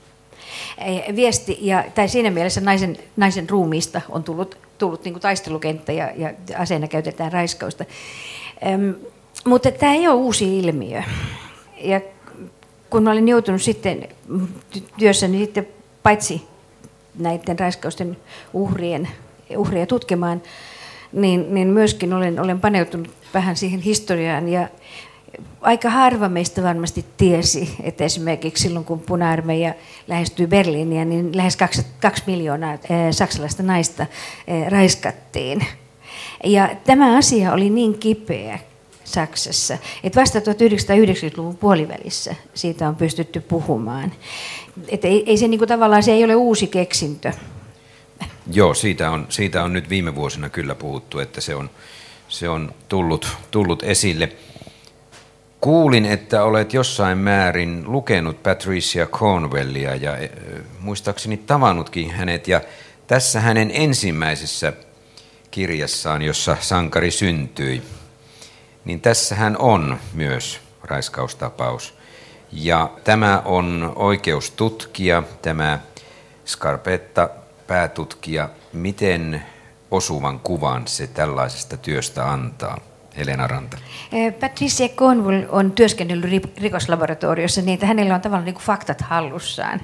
Viesti ja, tai siinä mielessä naisen, naisen ruumiista on tullut, tullut niin kuin taistelukenttä ja, ja aseena käytetään raiskausta. Öm, mutta tämä ei ole uusi ilmiö. Ja kun olen joutunut sitten työssäni sitten paitsi näiden raiskausten uhrien, uhria tutkimaan, niin, niin myöskin olen, olen paneutunut vähän siihen historiaan. Ja aika harva meistä varmasti tiesi, että esimerkiksi silloin kun puna-armeija lähestyi Berliiniä, niin lähes kaksi, kaksi miljoonaa saksalaista naista raiskattiin. Ja tämä asia oli niin kipeä Saksassa, että vasta tuhatyhdeksänsataayhdeksänkymmentäluvun puolivälissä siitä on pystytty puhumaan. Että ei, ei se niin kuin tavallaan se ei ole uusi keksintö. Joo, siitä on, siitä on nyt viime vuosina kyllä puhuttu, että se on, se on tullut, tullut esille. Kuulin, että olet jossain määrin lukenut Patricia Cornwellia ja e, muistaakseni tavannutkin hänet. Ja tässä hänen ensimmäisessä kirjassaan, jossa sankari syntyi, niin tässähän on myös raiskaustapaus. Ja tämä on oikeustutkija, tämä Scarpetta, päätutkija. Miten osuvan kuvan se tällaisesta työstä antaa? Helena Ranta. Patricia Cornwell on työskennellyt rikoslaboratoriossa niin, että hänellä on tavallaan niin kuin faktat hallussaan.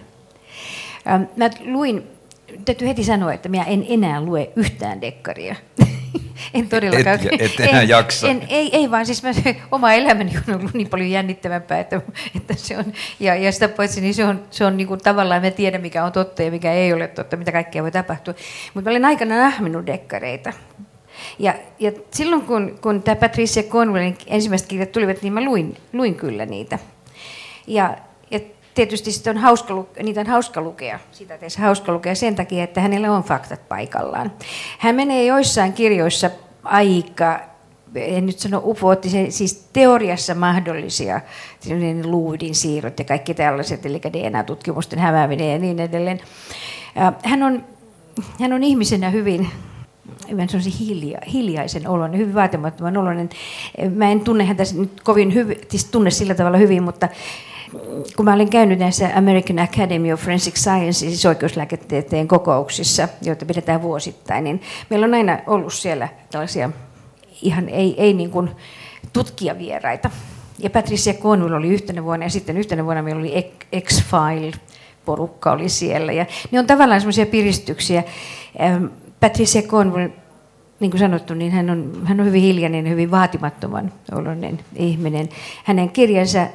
Mä luin, täytyy heti sanoa, että minä en enää lue yhtään dekkaria. En todellakaan. Et, et enää en, jaksa. En, ei, ei vaan, siis mä, oma elämäni on ollut niin paljon jännittävämpää, että, että se on, ja, ja sitä paitsi niin se on, se on niin kuin tavallaan, mä tiedän mikä on totta ja mikä ei ole totta, mitä kaikkea voi tapahtua. Mutta mä olen aikana nähnyt dekkareita. Ja, ja silloin kun, kun tämä Patricia Cornwellin ensimmäiset kirjat tulivat, niin mä luin, luin kyllä niitä. Ja, ja tietysti sitten on hauska, niitä on hauska lukea, sitä teessä hauska lukea sen takia, että hänellä on faktat paikallaan. Hän menee joissain kirjoissa aika en nyt sano ufoottisia, siis teoriassa mahdollisia luuydin siirrot ja kaikki tällaiset, eli D N A-tutkimusten hämääminen ja niin edelleen. Hän on, hän on ihmisenä hyvin, hyvin hilja, hiljaisen oloinen, hyvin vaatimattoman oloinen. Mä en tunne häntä nyt kovin hyvin, siis tunne sillä tavalla hyvin, mutta kun mä olin käynyt näissä American Academy of Forensic Science, siis oikeuslääketieteen kokouksissa, joita pidetään vuosittain, niin meillä on aina ollut siellä tällaisia ihan ei, ei niin kuin tutkijavieraita. Ja Patricia Cornwell oli yhtenä vuonna ja sitten yhtenä vuonna meillä oli X-File-porukka oli siellä. Ja ne on tavallaan semmoisia piristyksiä. Patricia Cornwell, niin kuin sanottu, niin hän on, hän on hyvin hiljainen ja hyvin vaatimattoman oloinen ihminen. Hänen kirjansa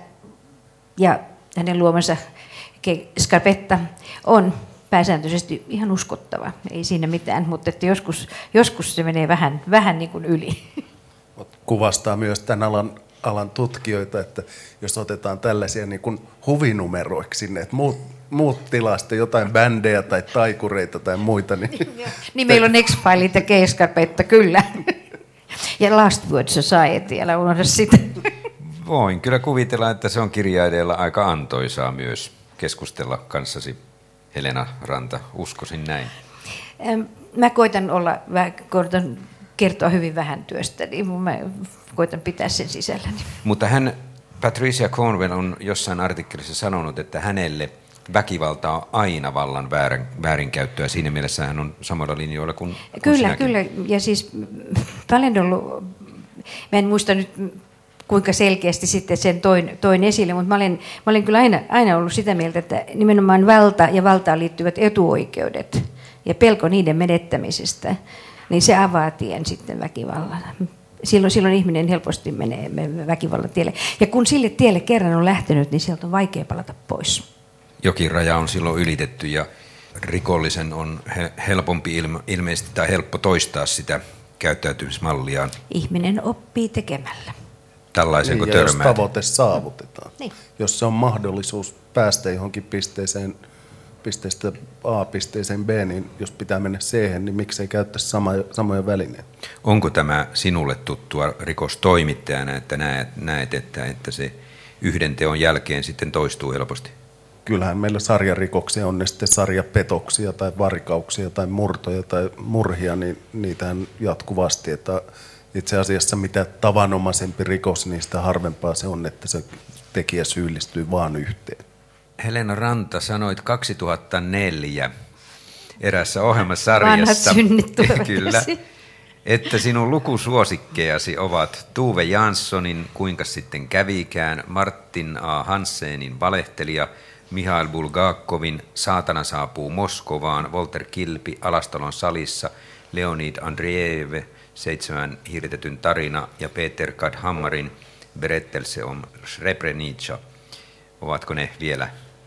ja hänen luomansa Scarpetta on pääsääntöisesti ihan uskottava, ei siinä mitään, mutta että joskus, joskus se menee vähän, vähän niin kuin yli. Kuvastaa myös tämän alan, alan tutkijoita, että jos otetaan tällaisia niin kuin huvinumeroiksi sinne, että muut, muut tilaa sitten jotain bändejä tai taikureita tai muita. Niin, niin meillä on X-Filet ja G-Scarpetta, kyllä. Ja Last Word Society, älä unohda sitä. Voin kyllä kuvitella, että se on kirjailijalle aika antoisaa myös keskustella kanssasi, Helena Ranta, uskoisin näin. Mä koitan, olla, koitan kertoa hyvin vähän työstä, niin mä koitan pitää sen sisälläni. Mutta hän, Patricia Cornwell, on jossain artikkelissa sanonut, että hänelle väkivalta on aina vallan väärän, väärinkäyttöä. Siinä mielessä hän on samalla linjoilla kuin, kuin Kyllä, sinäkin. kyllä. Ja siis paljon ollut, mä en muista nyt kuinka selkeästi sitten sen toin, toin esille, mutta mä olen, mä olen kyllä aina, aina ollut sitä mieltä, että nimenomaan valta ja valtaan liittyvät etuoikeudet ja pelko niiden menettämisestä, niin se avaa tien sitten väkivallalle. Silloin, silloin ihminen helposti menee väkivallan tielle. Ja kun sille tielle kerran on lähtenyt, niin sieltä on vaikea palata pois. Jokin raja on silloin ylitetty ja rikollisen on helpompi ilme, ilmeisesti tai helppo toistaa sitä käyttäytymismalliaan. Ihminen oppii tekemällä. Tällaisen niin, kun jos törmäät. tavoite saavutetaan. Niin. Jos se on mahdollisuus päästä johonkin pisteeseen, pisteestä A pisteeseen B, niin jos pitää mennä C, niin miksei käyttäisi sama, samoja välineitä? Onko tämä sinulle tuttua rikostoimittajana, että näet, näet että, että se yhden teon jälkeen sitten toistuu helposti? Kyllähän meillä sarjarikoksia on ne sitten sarjapetoksia tai varkauksia tai murtoja tai murhia, niin niitähän jatkuvasti, että itse asiassa mitä tavanomaisempi rikos, niin sitä harvempaa se on, että se tekijä syyllistyy vaan yhteen. Helena Ranta, sanoit kaksituhattaneljä eräässä ohjelmasarjassa, Vanhat synnit tulevat kyllä, esiin. että sinun lukusuosikkejasi ovat Tuve Janssonin Kuinka sitten kävikään, Martin A. Hansenin Valehtelija, Mihail Bulgakovin Saatana saapuu Moskovaan, Walter Kilpi Alastalon salissa, Leonid Andreev Seitsemän hirtetyn tarina ja Peter Kadhammarin Berättelse om Srebrenica. Ovatko ne vielä?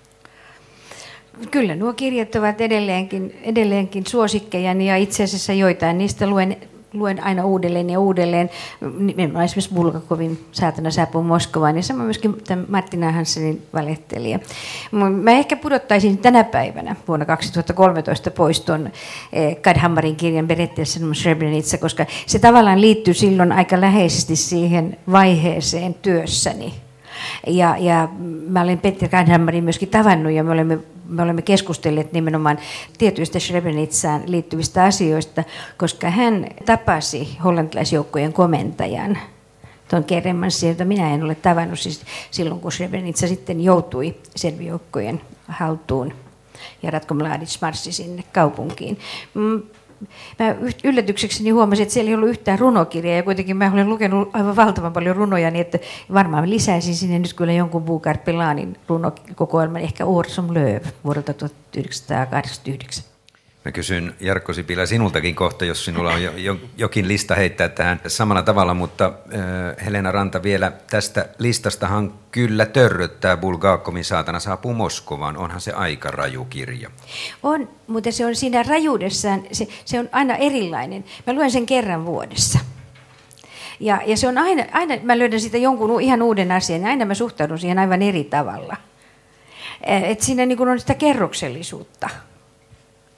Kyllä nuo kirjat ovat edelleenkin, edelleenkin suosikkejani ja itse asiassa joitain niistä luen, luen aina uudelleen ja uudelleen. Esimerkiksi Bulgakovin Saatana saapuu Moskovaan ja samoin myöskin tämän Martina Hansenin Valehtelija. Mä ehkä pudottaisin tänä päivänä vuonna kaksituhattakolmetoista pois tuon Kadhammarin kirjan Berättelse om Srebrenica, koska se tavallaan liittyy silloin aika läheisesti siihen vaiheeseen työssäni. Ja, ja mä olen Peter Kadhammarin myöskin tavannut ja me olemme, me olemme keskustelleet nimenomaan tietyistä Srebrenicaan liittyvistä asioista, koska hän tapasi hollantilaisjoukkojen komentajan, tuon Kerremansin, jota minä en ole tavannut siis silloin, kun Srebrenica sitten joutui servijoukkojen haltuun ja Ratko Mladic marssi sinne kaupunkiin. Mä yllätyksekseni huomasin, että siellä ei ollut yhtään runokirjaa ja kuitenkin mä olen lukenut aivan valtavan paljon runoja, niin että varmaan lisäisin sinne nyt kyllä jonkun Buukar Pelanin runokokoelman, ehkä Orsom Lööv vuodelta tuhatyhdeksänsataakahdeksankymmentäyhdeksän. Mä kysyn Jarkko Sipilä sinultakin kohta, jos sinulla on jo, jo, jokin lista heittää tähän samalla tavalla, mutta äh, Helena Ranta vielä tästä listastahan kyllä törröttää Bulgakovin Saatana saapuu Moskovaan. Onhan se aika raju kirja. On, mutta se on siinä rajuudessaan, se, se on aina erilainen. Mä luen sen kerran vuodessa. Ja, ja se on aina, aina, mä löydän siitä jonkun ihan uuden asian ja aina mä suhtaudun siihen aivan eri tavalla. Et siinä niin kuin on sitä kerroksellisuutta.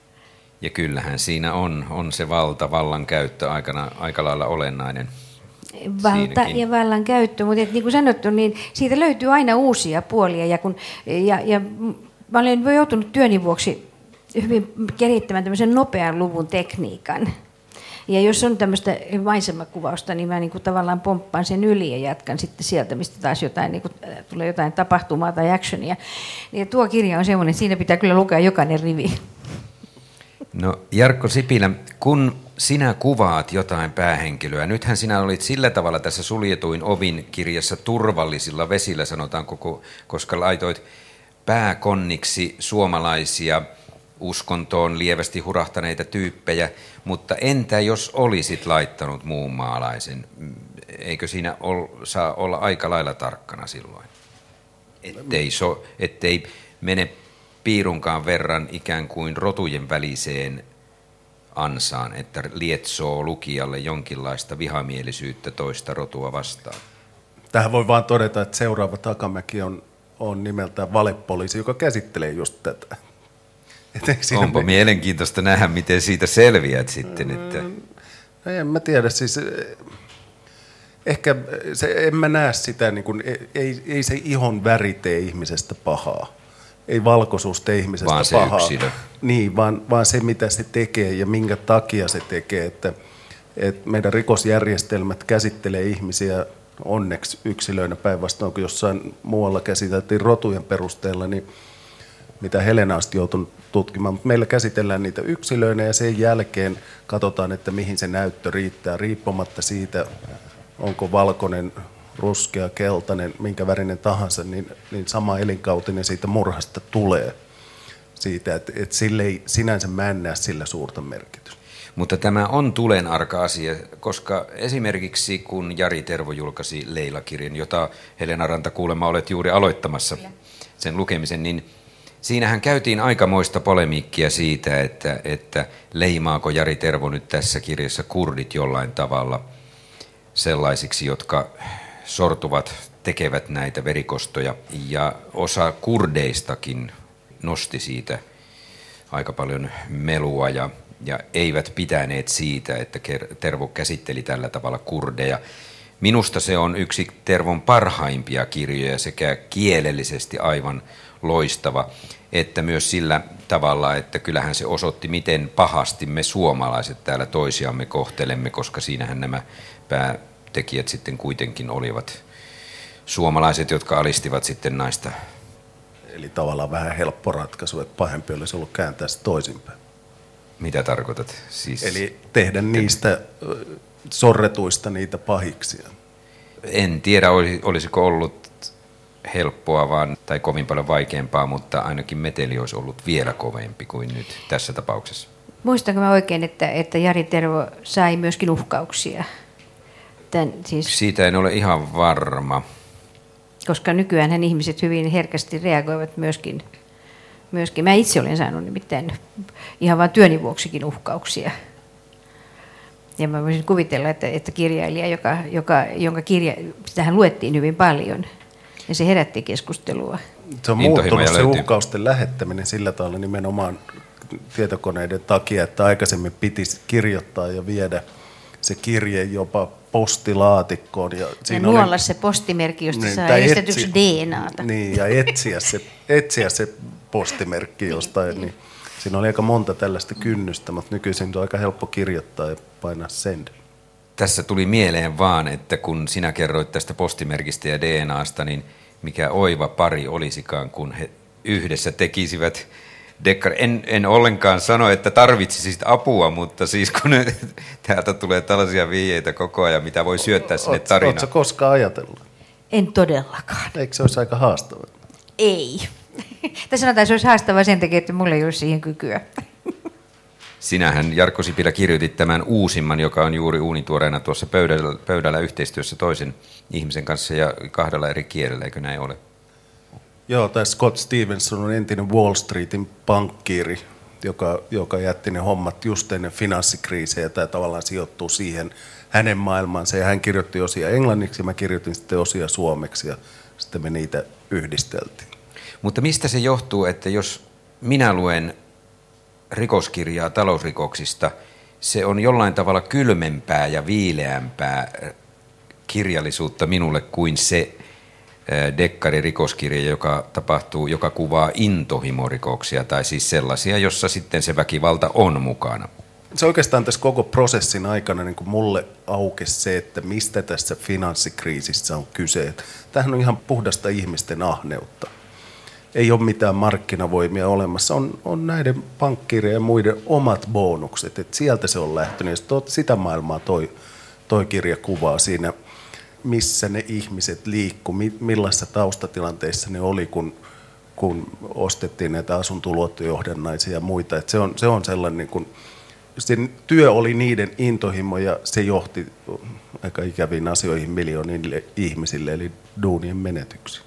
Ja kyllähän siinä on, on se valta, vallankäyttö aikana, aika lailla olennainen. Valta siinäkin. ja vallan käyttö, mutta et, niin kuin sanottu, niin siitä löytyy aina uusia puolia. Ja, kun, ja, ja mä olen joutunut työni vuoksi hyvin kehittämään tämmöisen nopean luvun tekniikan. Ja jos on tämmöistä maisemakuvausta, niin mä niin kuin tavallaan pomppaan sen yli ja jatkan sitten sieltä, mistä taas jotain, niin kuin, tulee jotain tapahtumaa tai actionia. Ja tuo kirja on semmoinen, että siinä pitää kyllä lukea jokainen rivi. No Jarkko Sipilä, kun sinä kuvaat jotain päähenkilöä, nythän sinä olit sillä tavalla tässä suljetuin ovin kirjassa turvallisilla vesillä, sanotaanko, koska laitoit pääkonniksi suomalaisia uskontoon lievästi hurahtaneita tyyppejä, mutta entä jos olisit laittanut muun maalaisen? Eikö siinä ol, saa olla aika lailla tarkkana silloin? Ettei, so, ettei mene piirunkaan verran ikään kuin rotujen väliseen ansaan, että lietsoo lukijalle jonkinlaista vihamielisyyttä toista rotua vastaan. Tähän voi vaan todeta, että seuraava Takamäki on, on nimeltään valepoliisi, joka käsittelee just tätä. Onpa me... mielenkiintoista nähdä, miten siitä selviät sitten. Että... No en mä tiedä, siis ehkä se, en mä näe sitä, niin kuin, ei, ei se ihon väri tee ihmisestä pahaa. Ei valkoisuus tee ihmisestä vaan pahaa. Se yksilö. Niin, vaan, vaan se mitä se tekee ja minkä takia se tekee. Että, että meidän rikosjärjestelmät käsittelee ihmisiä onneksi yksilöinä päinvastoin, kun jossain muualla käsiteltiin rotujen perusteella, niin mitä Helena asti joutunut tutkimaan, mutta meillä käsitellään niitä yksilöinä ja sen jälkeen katsotaan, että mihin se näyttö riittää, riippumatta siitä, onko valkoinen, ruskea, keltainen, minkä värinen tahansa, niin, niin sama elinkautinen siitä murhasta tulee siitä, että, että sille ei sinänsä mä en näe sillä suurta merkitystä. Mutta tämä on tulenarka asia, koska esimerkiksi kun Jari Tervo julkaisi Leila-kirjan, jota Helena Ranta kuulemma olet juuri aloittamassa sen lukemisen, niin siinähän käytiin aikamoista polemiikkia siitä, että, että leimaako Jari Tervo nyt tässä kirjassa kurdit jollain tavalla sellaisiksi, jotka sortuvat, tekevät näitä verikostoja. Ja osa kurdeistakin nosti siitä aika paljon melua ja, ja eivät pitäneet siitä, että Tervo käsitteli tällä tavalla kurdeja. Minusta se on yksi Tervon parhaimpia kirjoja sekä kielellisesti aivan loistava, että myös sillä tavalla, että kyllähän se osoitti, miten pahasti me suomalaiset täällä toisiamme kohtelemme, koska siinähän nämä päätekijät sitten kuitenkin olivat suomalaiset, jotka alistivat sitten naista. Eli tavallaan vähän helppo ratkaisu, että pahempi olisi ollut kääntää se toisinpäin. Mitä tarkoitat? Siis... Eli tehdä niistä sorretuista niitä pahiksia. En tiedä, olisiko ollut helppoa vaan, tai kovin paljon vaikeampaa, mutta ainakin meteli olisi ollut vielä kovempi kuin nyt tässä tapauksessa. Muistanko mä oikein, että, että Jari Tervo sai myöskin uhkauksia? Tän, siis, Siitä en ole ihan varma. Koska nykyään ihmiset hyvin herkästi reagoivat myöskin. myöskin. Mä itse olen saanut nimittäin ihan vain työni vuoksikin uhkauksia. Ja mä voisin kuvitella, että, että kirjailija, joka, joka, jonka kirja, sitähän luettiin hyvin paljon, ja se herätti keskustelua. Se on muuttunut se uhkausten lähettäminen sillä tavalla nimenomaan tietokoneiden takia, että aikaisemmin piti kirjoittaa ja viedä se kirje jopa postilaatikkoon. Ja, ja nuolla oli, se postimerkki, josta niin, saa estetyksi D N A:ta. Niin, ja etsiä se, etsiä se postimerkki jostain. Niin, siinä oli aika monta tällaista kynnystä, mutta nykyisin on aika helppo kirjoittaa ja painaa send. Tässä tuli mieleen vaan, että kun sinä kerroit tästä postimerkistä ja D N A:sta, niin mikä oiva pari olisikaan, kun he yhdessä tekisivät dekkari. En, en ollenkaan sano, että tarvitsisit apua, mutta siis kun täältä tulee tällaisia vihjeitä koko ajan, mitä voi syöttää sinne tarinaan. Oletko koskaan ajatellut? En todellakaan. Eikö se olisi aika haastavaa? Ei. Tai sanotaan, että se olisi haastavaa sen takia, että mulla ei ole siihen kykyä. Sinähän, Jarkko Sipilä, kirjoitit tämän uusimman, joka on juuri uunituoreena tuossa pöydällä, pöydällä yhteistyössä toisen ihmisen kanssa ja kahdella eri kielellä, eikö näin ole? Joo, tämä Scott Stevenson on entinen Wall Streetin pankkiiri, joka, joka jätti ne hommat just ennen finanssikriisiä, ja tämä tavallaan sijoittuu siihen hänen maailmaansa, ja hän kirjoitti osia englanniksi, ja mä kirjoitin sitten osia suomeksi, ja sitten me niitä yhdisteltiin. Mutta mistä se johtuu, että jos minä luen rikoskirjaa talousrikoksista, se on jollain tavalla kylmempää ja viileämpää kirjallisuutta minulle kuin se dekkari-rikoskirja, joka tapahtuu, joka kuvaa intohimorikoksia, tai siis sellaisia, jossa sitten se väkivalta on mukana. Se oikeastaan tässä koko prosessin aikana niin kuin mulle aukesi se, että mistä tässä finanssikriisissä on kyse. Tämähän on ihan puhdasta ihmisten ahneutta. Ei ole mitään markkinavoimia olemassa. On, on näiden pankkirien ja muiden omat bonukset. Et sieltä se on lähtenyt. Sitä maailmaa toi, toi kirja kuvaa siinä, missä ne ihmiset liikkuu, millaisissa taustatilanteissa ne oli, kun, kun ostettiin näitä asuntoluottojohdannaisia ja muita. Et se, on, se on sellainen, niin kuin, sen työ oli niiden intohimo ja se johti aika ikäviin asioihin miljoonille ihmisille, eli duunien menetyksiin.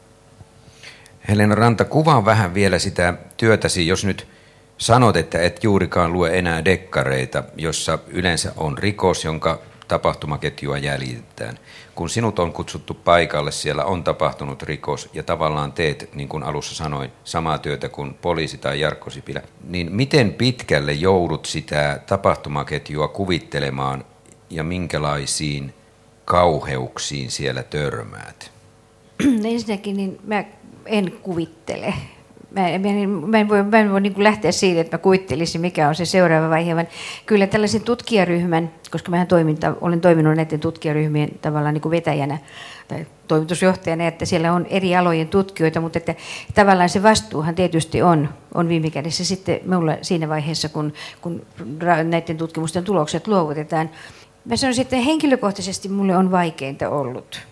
Helena Ranta, kuvaa vähän vielä sitä työtäsi, jos nyt sanot, että et juurikaan lue enää dekkareita, jossa yleensä on rikos, jonka tapahtumaketjua jäljitetään. Kun sinut on kutsuttu paikalle, siellä on tapahtunut rikos ja tavallaan teet, niin kuin alussa sanoin, samaa työtä kuin poliisi tai Jarkko Sipilä, niin miten pitkälle joudut sitä tapahtumaketjua kuvittelemaan ja minkälaisiin kauheuksiin siellä törmäät? Ensinnäkin niin mä en kuvittele. Mä, mä, mä en voi, mä en voi niin kuin lähteä siitä, että mä kuvittelisin, mikä on se seuraava vaihe, vaan kyllä tällaisen tutkijaryhmän, koska mä toiminta, olen toiminut näiden tutkijaryhmien tavallaan niin kuin vetäjänä tai toimitusjohtajana, että siellä on eri alojen tutkijoita, mutta että tavallaan se vastuuhan tietysti on, on viime kädessä sitten minulla siinä vaiheessa, kun, kun näiden tutkimusten tulokset luovutetaan. Mä sanoisin, että henkilökohtaisesti mulle on vaikeinta ollut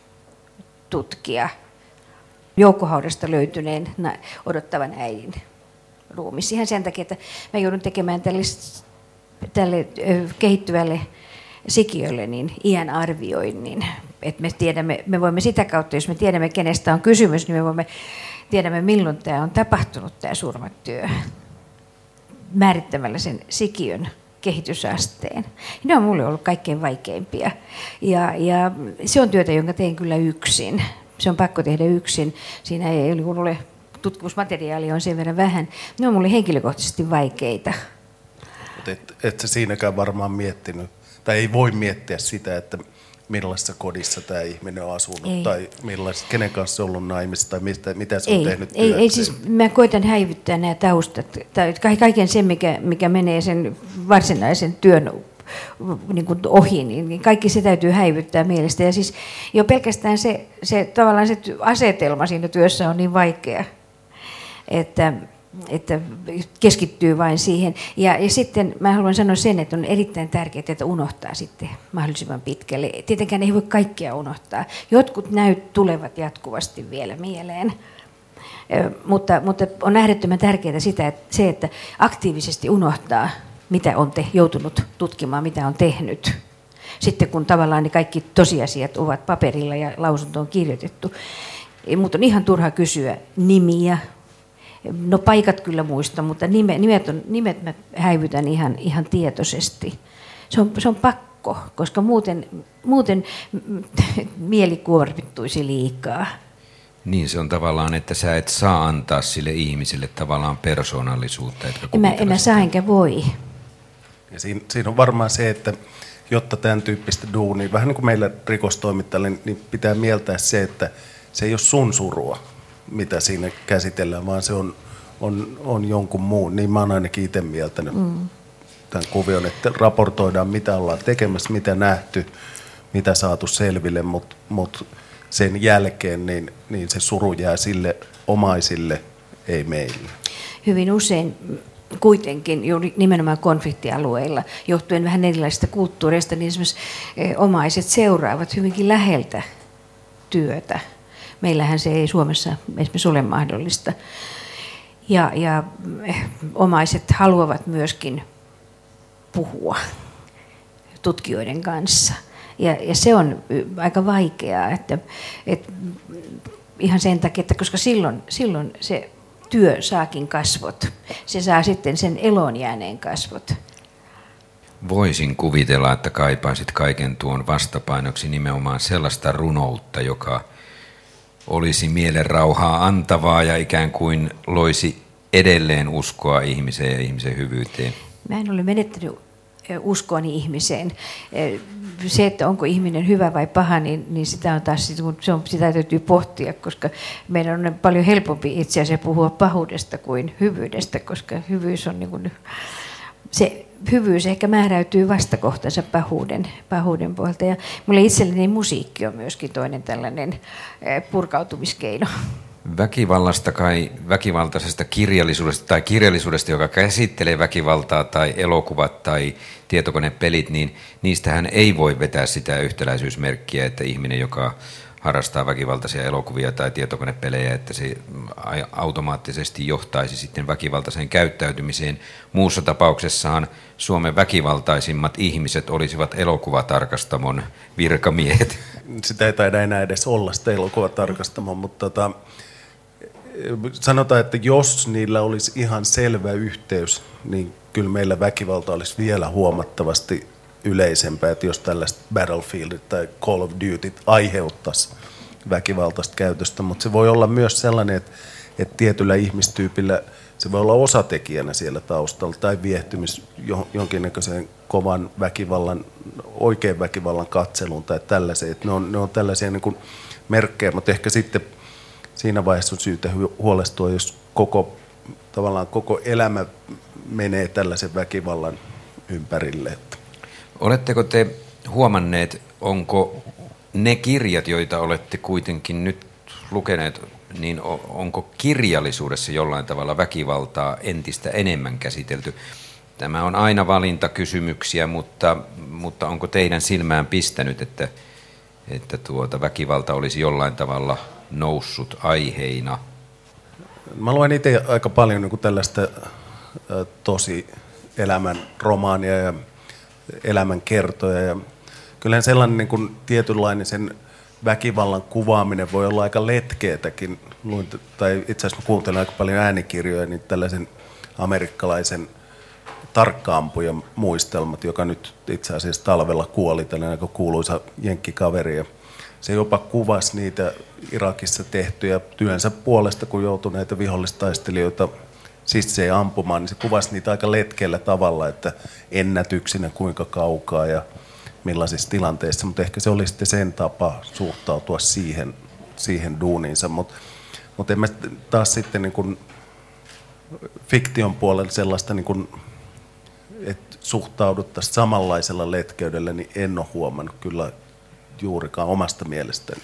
tutkia joukkohaudasta löytyneen odottavan äidin ruumis. Ihan sen takia, että mä joudun tekemään tälle, tälle kehittyvälle sikiölle niin iän arvioinnin. Että me, tiedämme, me voimme sitä kautta, jos me tiedämme, kenestä on kysymys, niin me voimme tiedämme, milloin tämä on tapahtunut, tämä surmatyö, määrittämällä sen sikiön kehitysasteen. Ne on mulle ollut kaikkein vaikeimpia. Ja, ja se on työtä, jonka teen kyllä yksin. Se on pakko tehdä yksin. Siinä ei ole tutkimusmateriaalia on sen verran vähän. Ne on mulle henkilökohtaisesti vaikeita. Mutta et, et sä siinäkään varmaan miettinyt, tai ei voi miettiä sitä, että millaisessa kodissa tämä ihminen on asunut, ei. Tai kenen kanssa on ollut naimissa, tai mitä, mitä se on ei, tehnyt ei, ei, siis mä koitan häivyttää nämä taustat, tai kaiken sen, mikä, mikä menee sen varsinaisen työn niin kuin ohi, niin kaikki se täytyy häivyttää mielestä. Ja siis jo pelkästään se, se, tavallaan se asetelma siinä työssä on niin vaikea, että, että keskittyy vain siihen. Ja, ja sitten mä haluan sanoa sen, että on erittäin tärkeää, että unohtaa sitten mahdollisimman pitkälle. Tietenkään ei voi kaikkea unohtaa. Jotkut näyt tulevat jatkuvasti vielä mieleen. Mutta, mutta on äärettömän tärkeää sitä, että se, että aktiivisesti unohtaa, mitä on te, joutunut tutkimaan, mitä on tehnyt. Sitten kun tavallaan ne kaikki tosiasiat ovat paperilla ja lausunto on kirjoitettu. Mutta on ihan turha kysyä nimiä. No paikat kyllä muistan, mutta nimet, nimet, on, nimet mä häivytän ihan, ihan tietoisesti. Se on, se on pakko, koska muuten, muuten mieli kuormittuisi liikaa. Niin, se on tavallaan, että sä et saa antaa sille ihmiselle tavallaan persoonallisuutta. En mä, en mä saa enkä voi. Ja siinä, siinä on varmaan se, että jotta tämän tyyppistä duunia, vähän niin kuin meillä rikostoimittajille, niin pitää mieltää se, että se ei ole sun surua, mitä siinä käsitellään, vaan se on, on, on jonkun muun. Niin mä oon ainakin itse mieltänyt mm. tämän kuvion, että raportoidaan, mitä ollaan tekemässä, mitä nähty, mitä saatu selville, mutta mut sen jälkeen niin, niin se suru jää sille omaisille, ei meille. Hyvin usein kuitenkin juuri nimenomaan konfliktialueilla, johtuen vähän erilaisista kulttuureista, niin esimerkiksi omaiset seuraavat hyvinkin läheltä työtä. Meillähän se ei Suomessa esimerkiksi ole mahdollista. Ja, ja omaiset haluavat myöskin puhua tutkijoiden kanssa. Ja, ja se on aika vaikeaa, että, että ihan sen takia, että koska silloin, silloin se työ saakin kasvot. Se saa sitten sen eloon jääneen kasvot. Voisin kuvitella, että kaipaisit kaiken tuon vastapainoksi nimenomaan sellaista runoutta, joka olisi mielen rauhaa antavaa ja ikään kuin loisi edelleen uskoa ihmiseen ja ihmisen hyvyyteen. Mä en ole menettänyt uskoni ihmiseen. Se, että onko ihminen hyvä vai paha, niin, niin sitä on taas se on, sitä täytyy pohtia, koska meidän on paljon helpompi itse asiassa puhua pahuudesta kuin hyvyydestä, koska hyvyys on niin kuin, se hyvyys ehkä määräytyy vastakohtansa pahuuden, pahuuden puolelta. Ja mulle itselleni musiikki on myöskin toinen tällainen purkautumiskeino. Väkivallasta kai, väkivaltaisesta kirjallisuudesta tai kirjallisuudesta, joka käsittelee väkivaltaa tai elokuvat tai tietokonepelit, niin niistähän ei voi vetää sitä yhtäläisyysmerkkiä, että ihminen, joka harrastaa väkivaltaisia elokuvia tai tietokonepelejä, että se automaattisesti johtaisi sitten väkivaltaiseen käyttäytymiseen. Muussa tapauksessahan Suomen väkivaltaisimmat ihmiset olisivat elokuvatarkastamon virkamiehet. Sitä ei taida enää edes olla sitä elokuvatarkastamon, mutta tota, sanotaan, että jos niillä olisi ihan selvä yhteys, niin kyllä meillä väkivalta olisi vielä huomattavasti yleisempää, että jos tällaiset Battlefield tai Call of Duty aiheuttaisi väkivaltaista käytöstä, mutta se voi olla myös sellainen, että, että tietyllä ihmistyypillä se voi olla osatekijänä siellä taustalla tai viehtymys jonkinnäköiseen kovan väkivallan, oikein väkivallan katseluun tai tällaiseen. Että ne, on, ne on tällaisia niin kuin merkkejä, mutta ehkä sitten siinä vaiheessa on syytä huolestua, jos koko, tavallaan koko elämä menee tällaisen väkivallan ympärille. Oletteko te huomanneet, onko ne kirjat, joita olette kuitenkin nyt lukeneet, niin onko kirjallisuudessa jollain tavalla väkivaltaa entistä enemmän käsitelty? Tämä on aina valintakysymyksiä, mutta, mutta onko teidän silmään pistänyt, että, että tuota väkivalta olisi jollain tavalla noussut aiheina? Mä luen itse aika paljon niin kuin tällaista ä, tosi elämän romaania ja elämänkertoja. Ja kyllähän sellainen niin kuin tietynlainen sen väkivallan kuvaaminen voi olla aika letkeetäkin. Luin, tai itse asiassa kuuntelen aika paljon äänikirjoja, niin tällaisen amerikkalaisen tarkka-ampujan muistelmat, joka nyt itse asiassa talvella kuoli, tällainen aika kuuluisa jenkkikaveri. Ja se jopa kuvasi niitä Irakissa tehtyjä työnsä puolesta, kun joutui näitä vihollistaistelijoita sisseen ampumaan, niin se kuvasi niitä aika letkeällä tavalla, että ennätyksinä kuinka kaukaa ja millaisissa tilanteissa, mutta ehkä se oli sitten sen tapa suhtautua siihen, siihen duuniinsa, mutta mut en mä taas sitten niin kuin fiktion puolella sellaista, niin kuin, että suhtauduttaisiin samanlaisella letkeydellä, niin en ole huomannut kyllä juurikaan omasta mielestäni.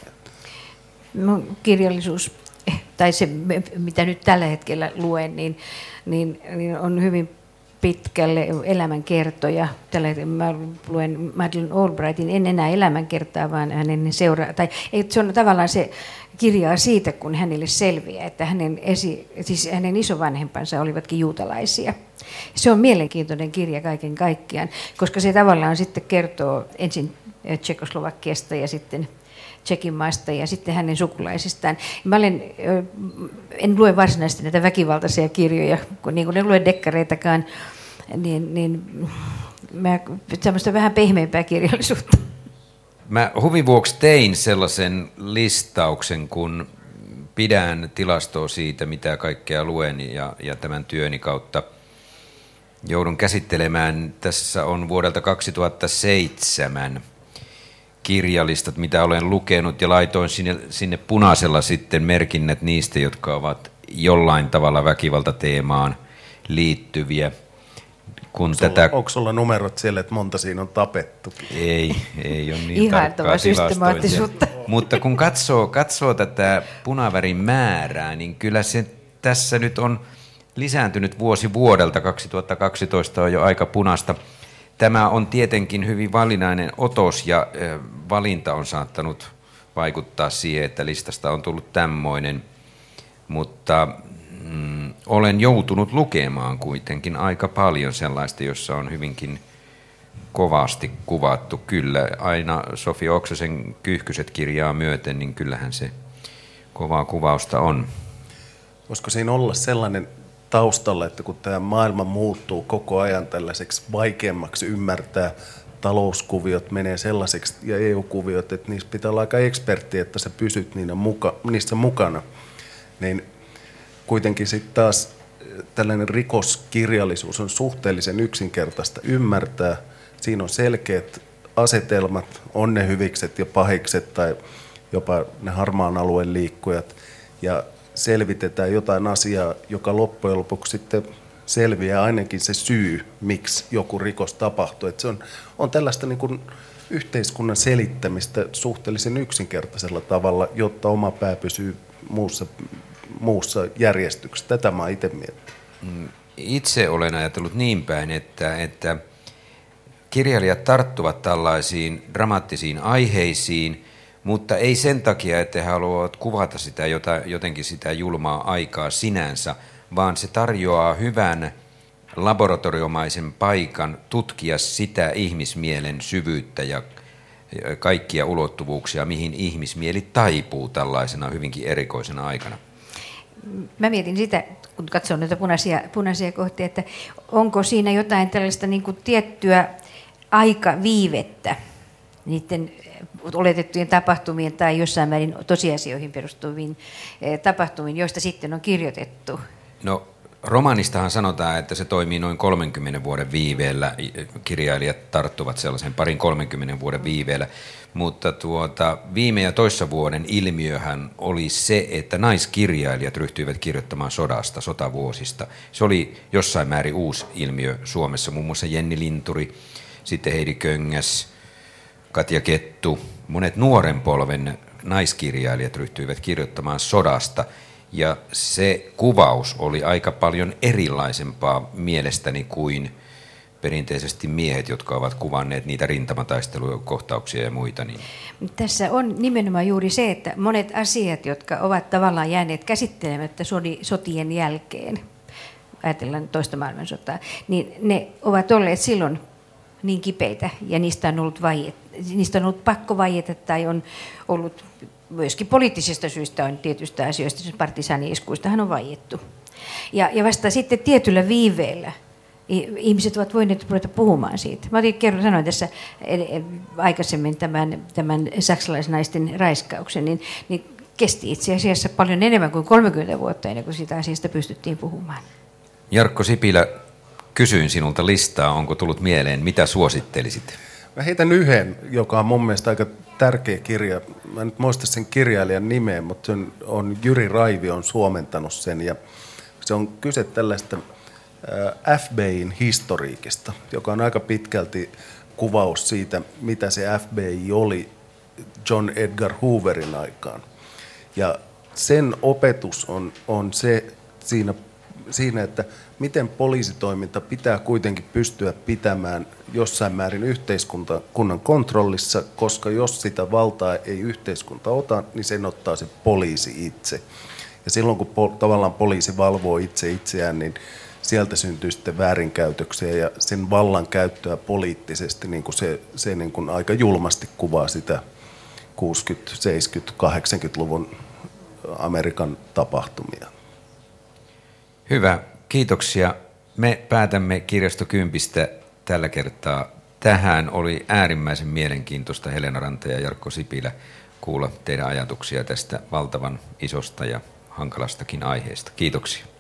No, kirjallisuus, tai se mitä nyt tällä hetkellä luen, niin, niin, niin on hyvin pitkälle elämänkertoja. Tällä hetkellä mä luen Madeleine Albrightin, en enää elämänkertaa, vaan hänen seuraa, tai ei, se on tavallaan se kirjaa siitä, kun hänelle selviää, että hänen, esi, siis hänen isovanhempansa olivatkin juutalaisia. Se on mielenkiintoinen kirja kaiken kaikkiaan, koska se tavallaan sitten kertoo ensin Tšekoslovakiasta ja sitten Tšekin maasta ja sitten hänen sukulaisistaan. Mä olen, en lue varsinaisesti näitä väkivaltaisia kirjoja, kun niin kuin en lue dekkareitakaan, niin, niin mä semmoista vähän pehmeämpää kirjallisuutta. Mä huvin vuoksi tein sellaisen listauksen, kun pidän tilastoa siitä, mitä kaikkea luen ja, ja tämän työni kautta joudun käsittelemään. Tässä on vuodelta kaksituhattaseitsemän kirjalistat, mitä olen lukenut, ja laitoin sinne, sinne punaisella sitten merkinnät niistä, jotka ovat jollain tavalla väkivaltateemaan liittyviä. Kun onko, tätä... onko sulla numerot siellä, että monta siinä on tapettu? Ei, ei ole niin tarkkaa tilastointia. Mutta kun katsoo, katsoo tätä punavärin määrää, niin kyllä se tässä nyt on lisääntynyt vuosi vuodelta. kaksituhattakaksitoista on jo aika punaista. Tämä on tietenkin hyvin valinnainen otos ja valinta on saattanut vaikuttaa siihen, että listasta on tullut tämmöinen, mutta mm, olen joutunut lukemaan kuitenkin aika paljon sellaista, jossa on hyvinkin kovasti kuvattu. Kyllä aina Sofi Oksasen Kyyhkyset kirjaa myöten, niin kyllähän se kovaa kuvausta on. Voisiko siinä olla sellainen taustalla, että kun tämä maailma muuttuu koko ajan tällaiseksi vaikeammaksi ymmärtää, talouskuviot menee sellaiseksi ja E U-kuviot, että niissä pitää olla aika ekspertti, että sä pysyt niissä, muka, niissä mukana, niin kuitenkin sitten taas tällainen rikoskirjallisuus on suhteellisen yksinkertaista ymmärtää Siinä on selkeät asetelmat, on ne hyvikset ja pahikset tai jopa ne harmaan alueen liikkujat. Ja selvitetään jotain asiaa, joka loppujen lopuksi sitten selviää ainakin se syy, miksi joku rikos tapahtui. Että se on, on tällaista niin kuin yhteiskunnan selittämistä suhteellisen yksinkertaisella tavalla, jotta oma pää pysyy muussa, muussa järjestyksessä. Tätä mä itse mietin. Itse olen ajatellut niin päin, että, että kirjailijat tarttuvat tällaisiin dramaattisiin aiheisiin, mutta ei sen takia, että he haluavat kuvata sitä jotenkin sitä julmaa aikaa sinänsä, vaan se tarjoaa hyvän laboratoriomaisen paikan tutkia sitä ihmismielen syvyyttä ja kaikkia ulottuvuuksia, mihin ihmismieli taipuu tällaisena hyvinkin erikoisena aikana. Mä mietin sitä, kun katson näitä punaisia, punaisia kohtia, että onko siinä jotain tällaista niin kuin tiettyä aikaviivettä niiden oletettujen tapahtumien tai jossain määrin tosiasioihin perustuviin tapahtumiin, joista sitten on kirjoitettu. No, romaanistahan sanotaan, että se toimii noin kolmenkymmenen vuoden viiveellä. Kirjailijat tarttuvat sellaisen parin kolmenkymmenen vuoden viiveellä. Mutta tuota, viime ja toissa vuoden ilmiöhän oli se, että naiskirjailijat ryhtyivät kirjoittamaan sodasta, sotavuosista. Se oli jossain määrin uusi ilmiö Suomessa. Muun muassa Jenni Linturi, sitten Heidi Köngäs, Katja Kettu. Monet nuoren polven naiskirjailijat ryhtyivät kirjoittamaan sodasta. Ja se kuvaus oli aika paljon erilaisempaa mielestäni kuin perinteisesti miehet, jotka ovat kuvanneet niitä rintamataistelukohtauksia ja muita. Niin. Tässä on nimenomaan juuri se, että monet asiat, jotka ovat tavallaan jääneet käsittelemättä sotien jälkeen, ajatellaan toista maailmansotaa, niin ne ovat olleet silloin niin kipeitä ja niistä on ollut, vaiet, niistä on ollut pakko vaieta tai on ollut myöskin poliittisista syistä on tietystä asioista, partisaani-iskuistahan on vaiettu. Ja, ja vasta sitten tietyllä viiveellä ihmiset ovat voineet ruveta puhumaan siitä. Mä otin, kerran sanoin tässä aikaisemmin tämän, tämän saksalaisnaisten raiskauksen, niin, niin kesti itse asiassa paljon enemmän kuin kolmekymmentä vuotta ennen kuin siitä asiasta pystyttiin puhumaan. Jarkko Sipilä, kysyin sinulta listaa, onko tullut mieleen, mitä suosittelisit? Mä heitän yhden, joka on mun mielestä aika tärkeä kirja. Mä en nyt muista sen kirjailijan nimeä, mutta sen on Jyri Raivi on suomentanut sen. Ja se on kyse tällaista F B I:n historiikista, joka on aika pitkälti kuvaus siitä, mitä se F B I oli John Edgar Hooverin aikaan. Ja sen opetus on, on se siinä, siinä, että miten poliisitoiminta pitää kuitenkin pystyä pitämään jossain määrin yhteiskunnan kontrollissa, koska jos sitä valtaa ei yhteiskunta ota, niin sen ottaa se poliisi itse. Ja silloin kun po- tavallaan poliisi valvoo itse itseään, niin sieltä syntyy sitten väärinkäytöksiä ja sen vallan käyttöä poliittisesti, niin kuin se, se niin kuin aika julmasti kuvaa sitä kuusikymmentä-, seitsemänkymmentä-, kahdeksankymmentäluvun Amerikan tapahtumia. Hyvä, kiitoksia. Me päätämme Kirjasto Kympistä tällä kertaa tähän. Oli äärimmäisen mielenkiintoista, Helena Ranta ja Jarkko Sipilä, kuulla teidän ajatuksia tästä valtavan isosta ja hankalastakin aiheesta. Kiitoksia.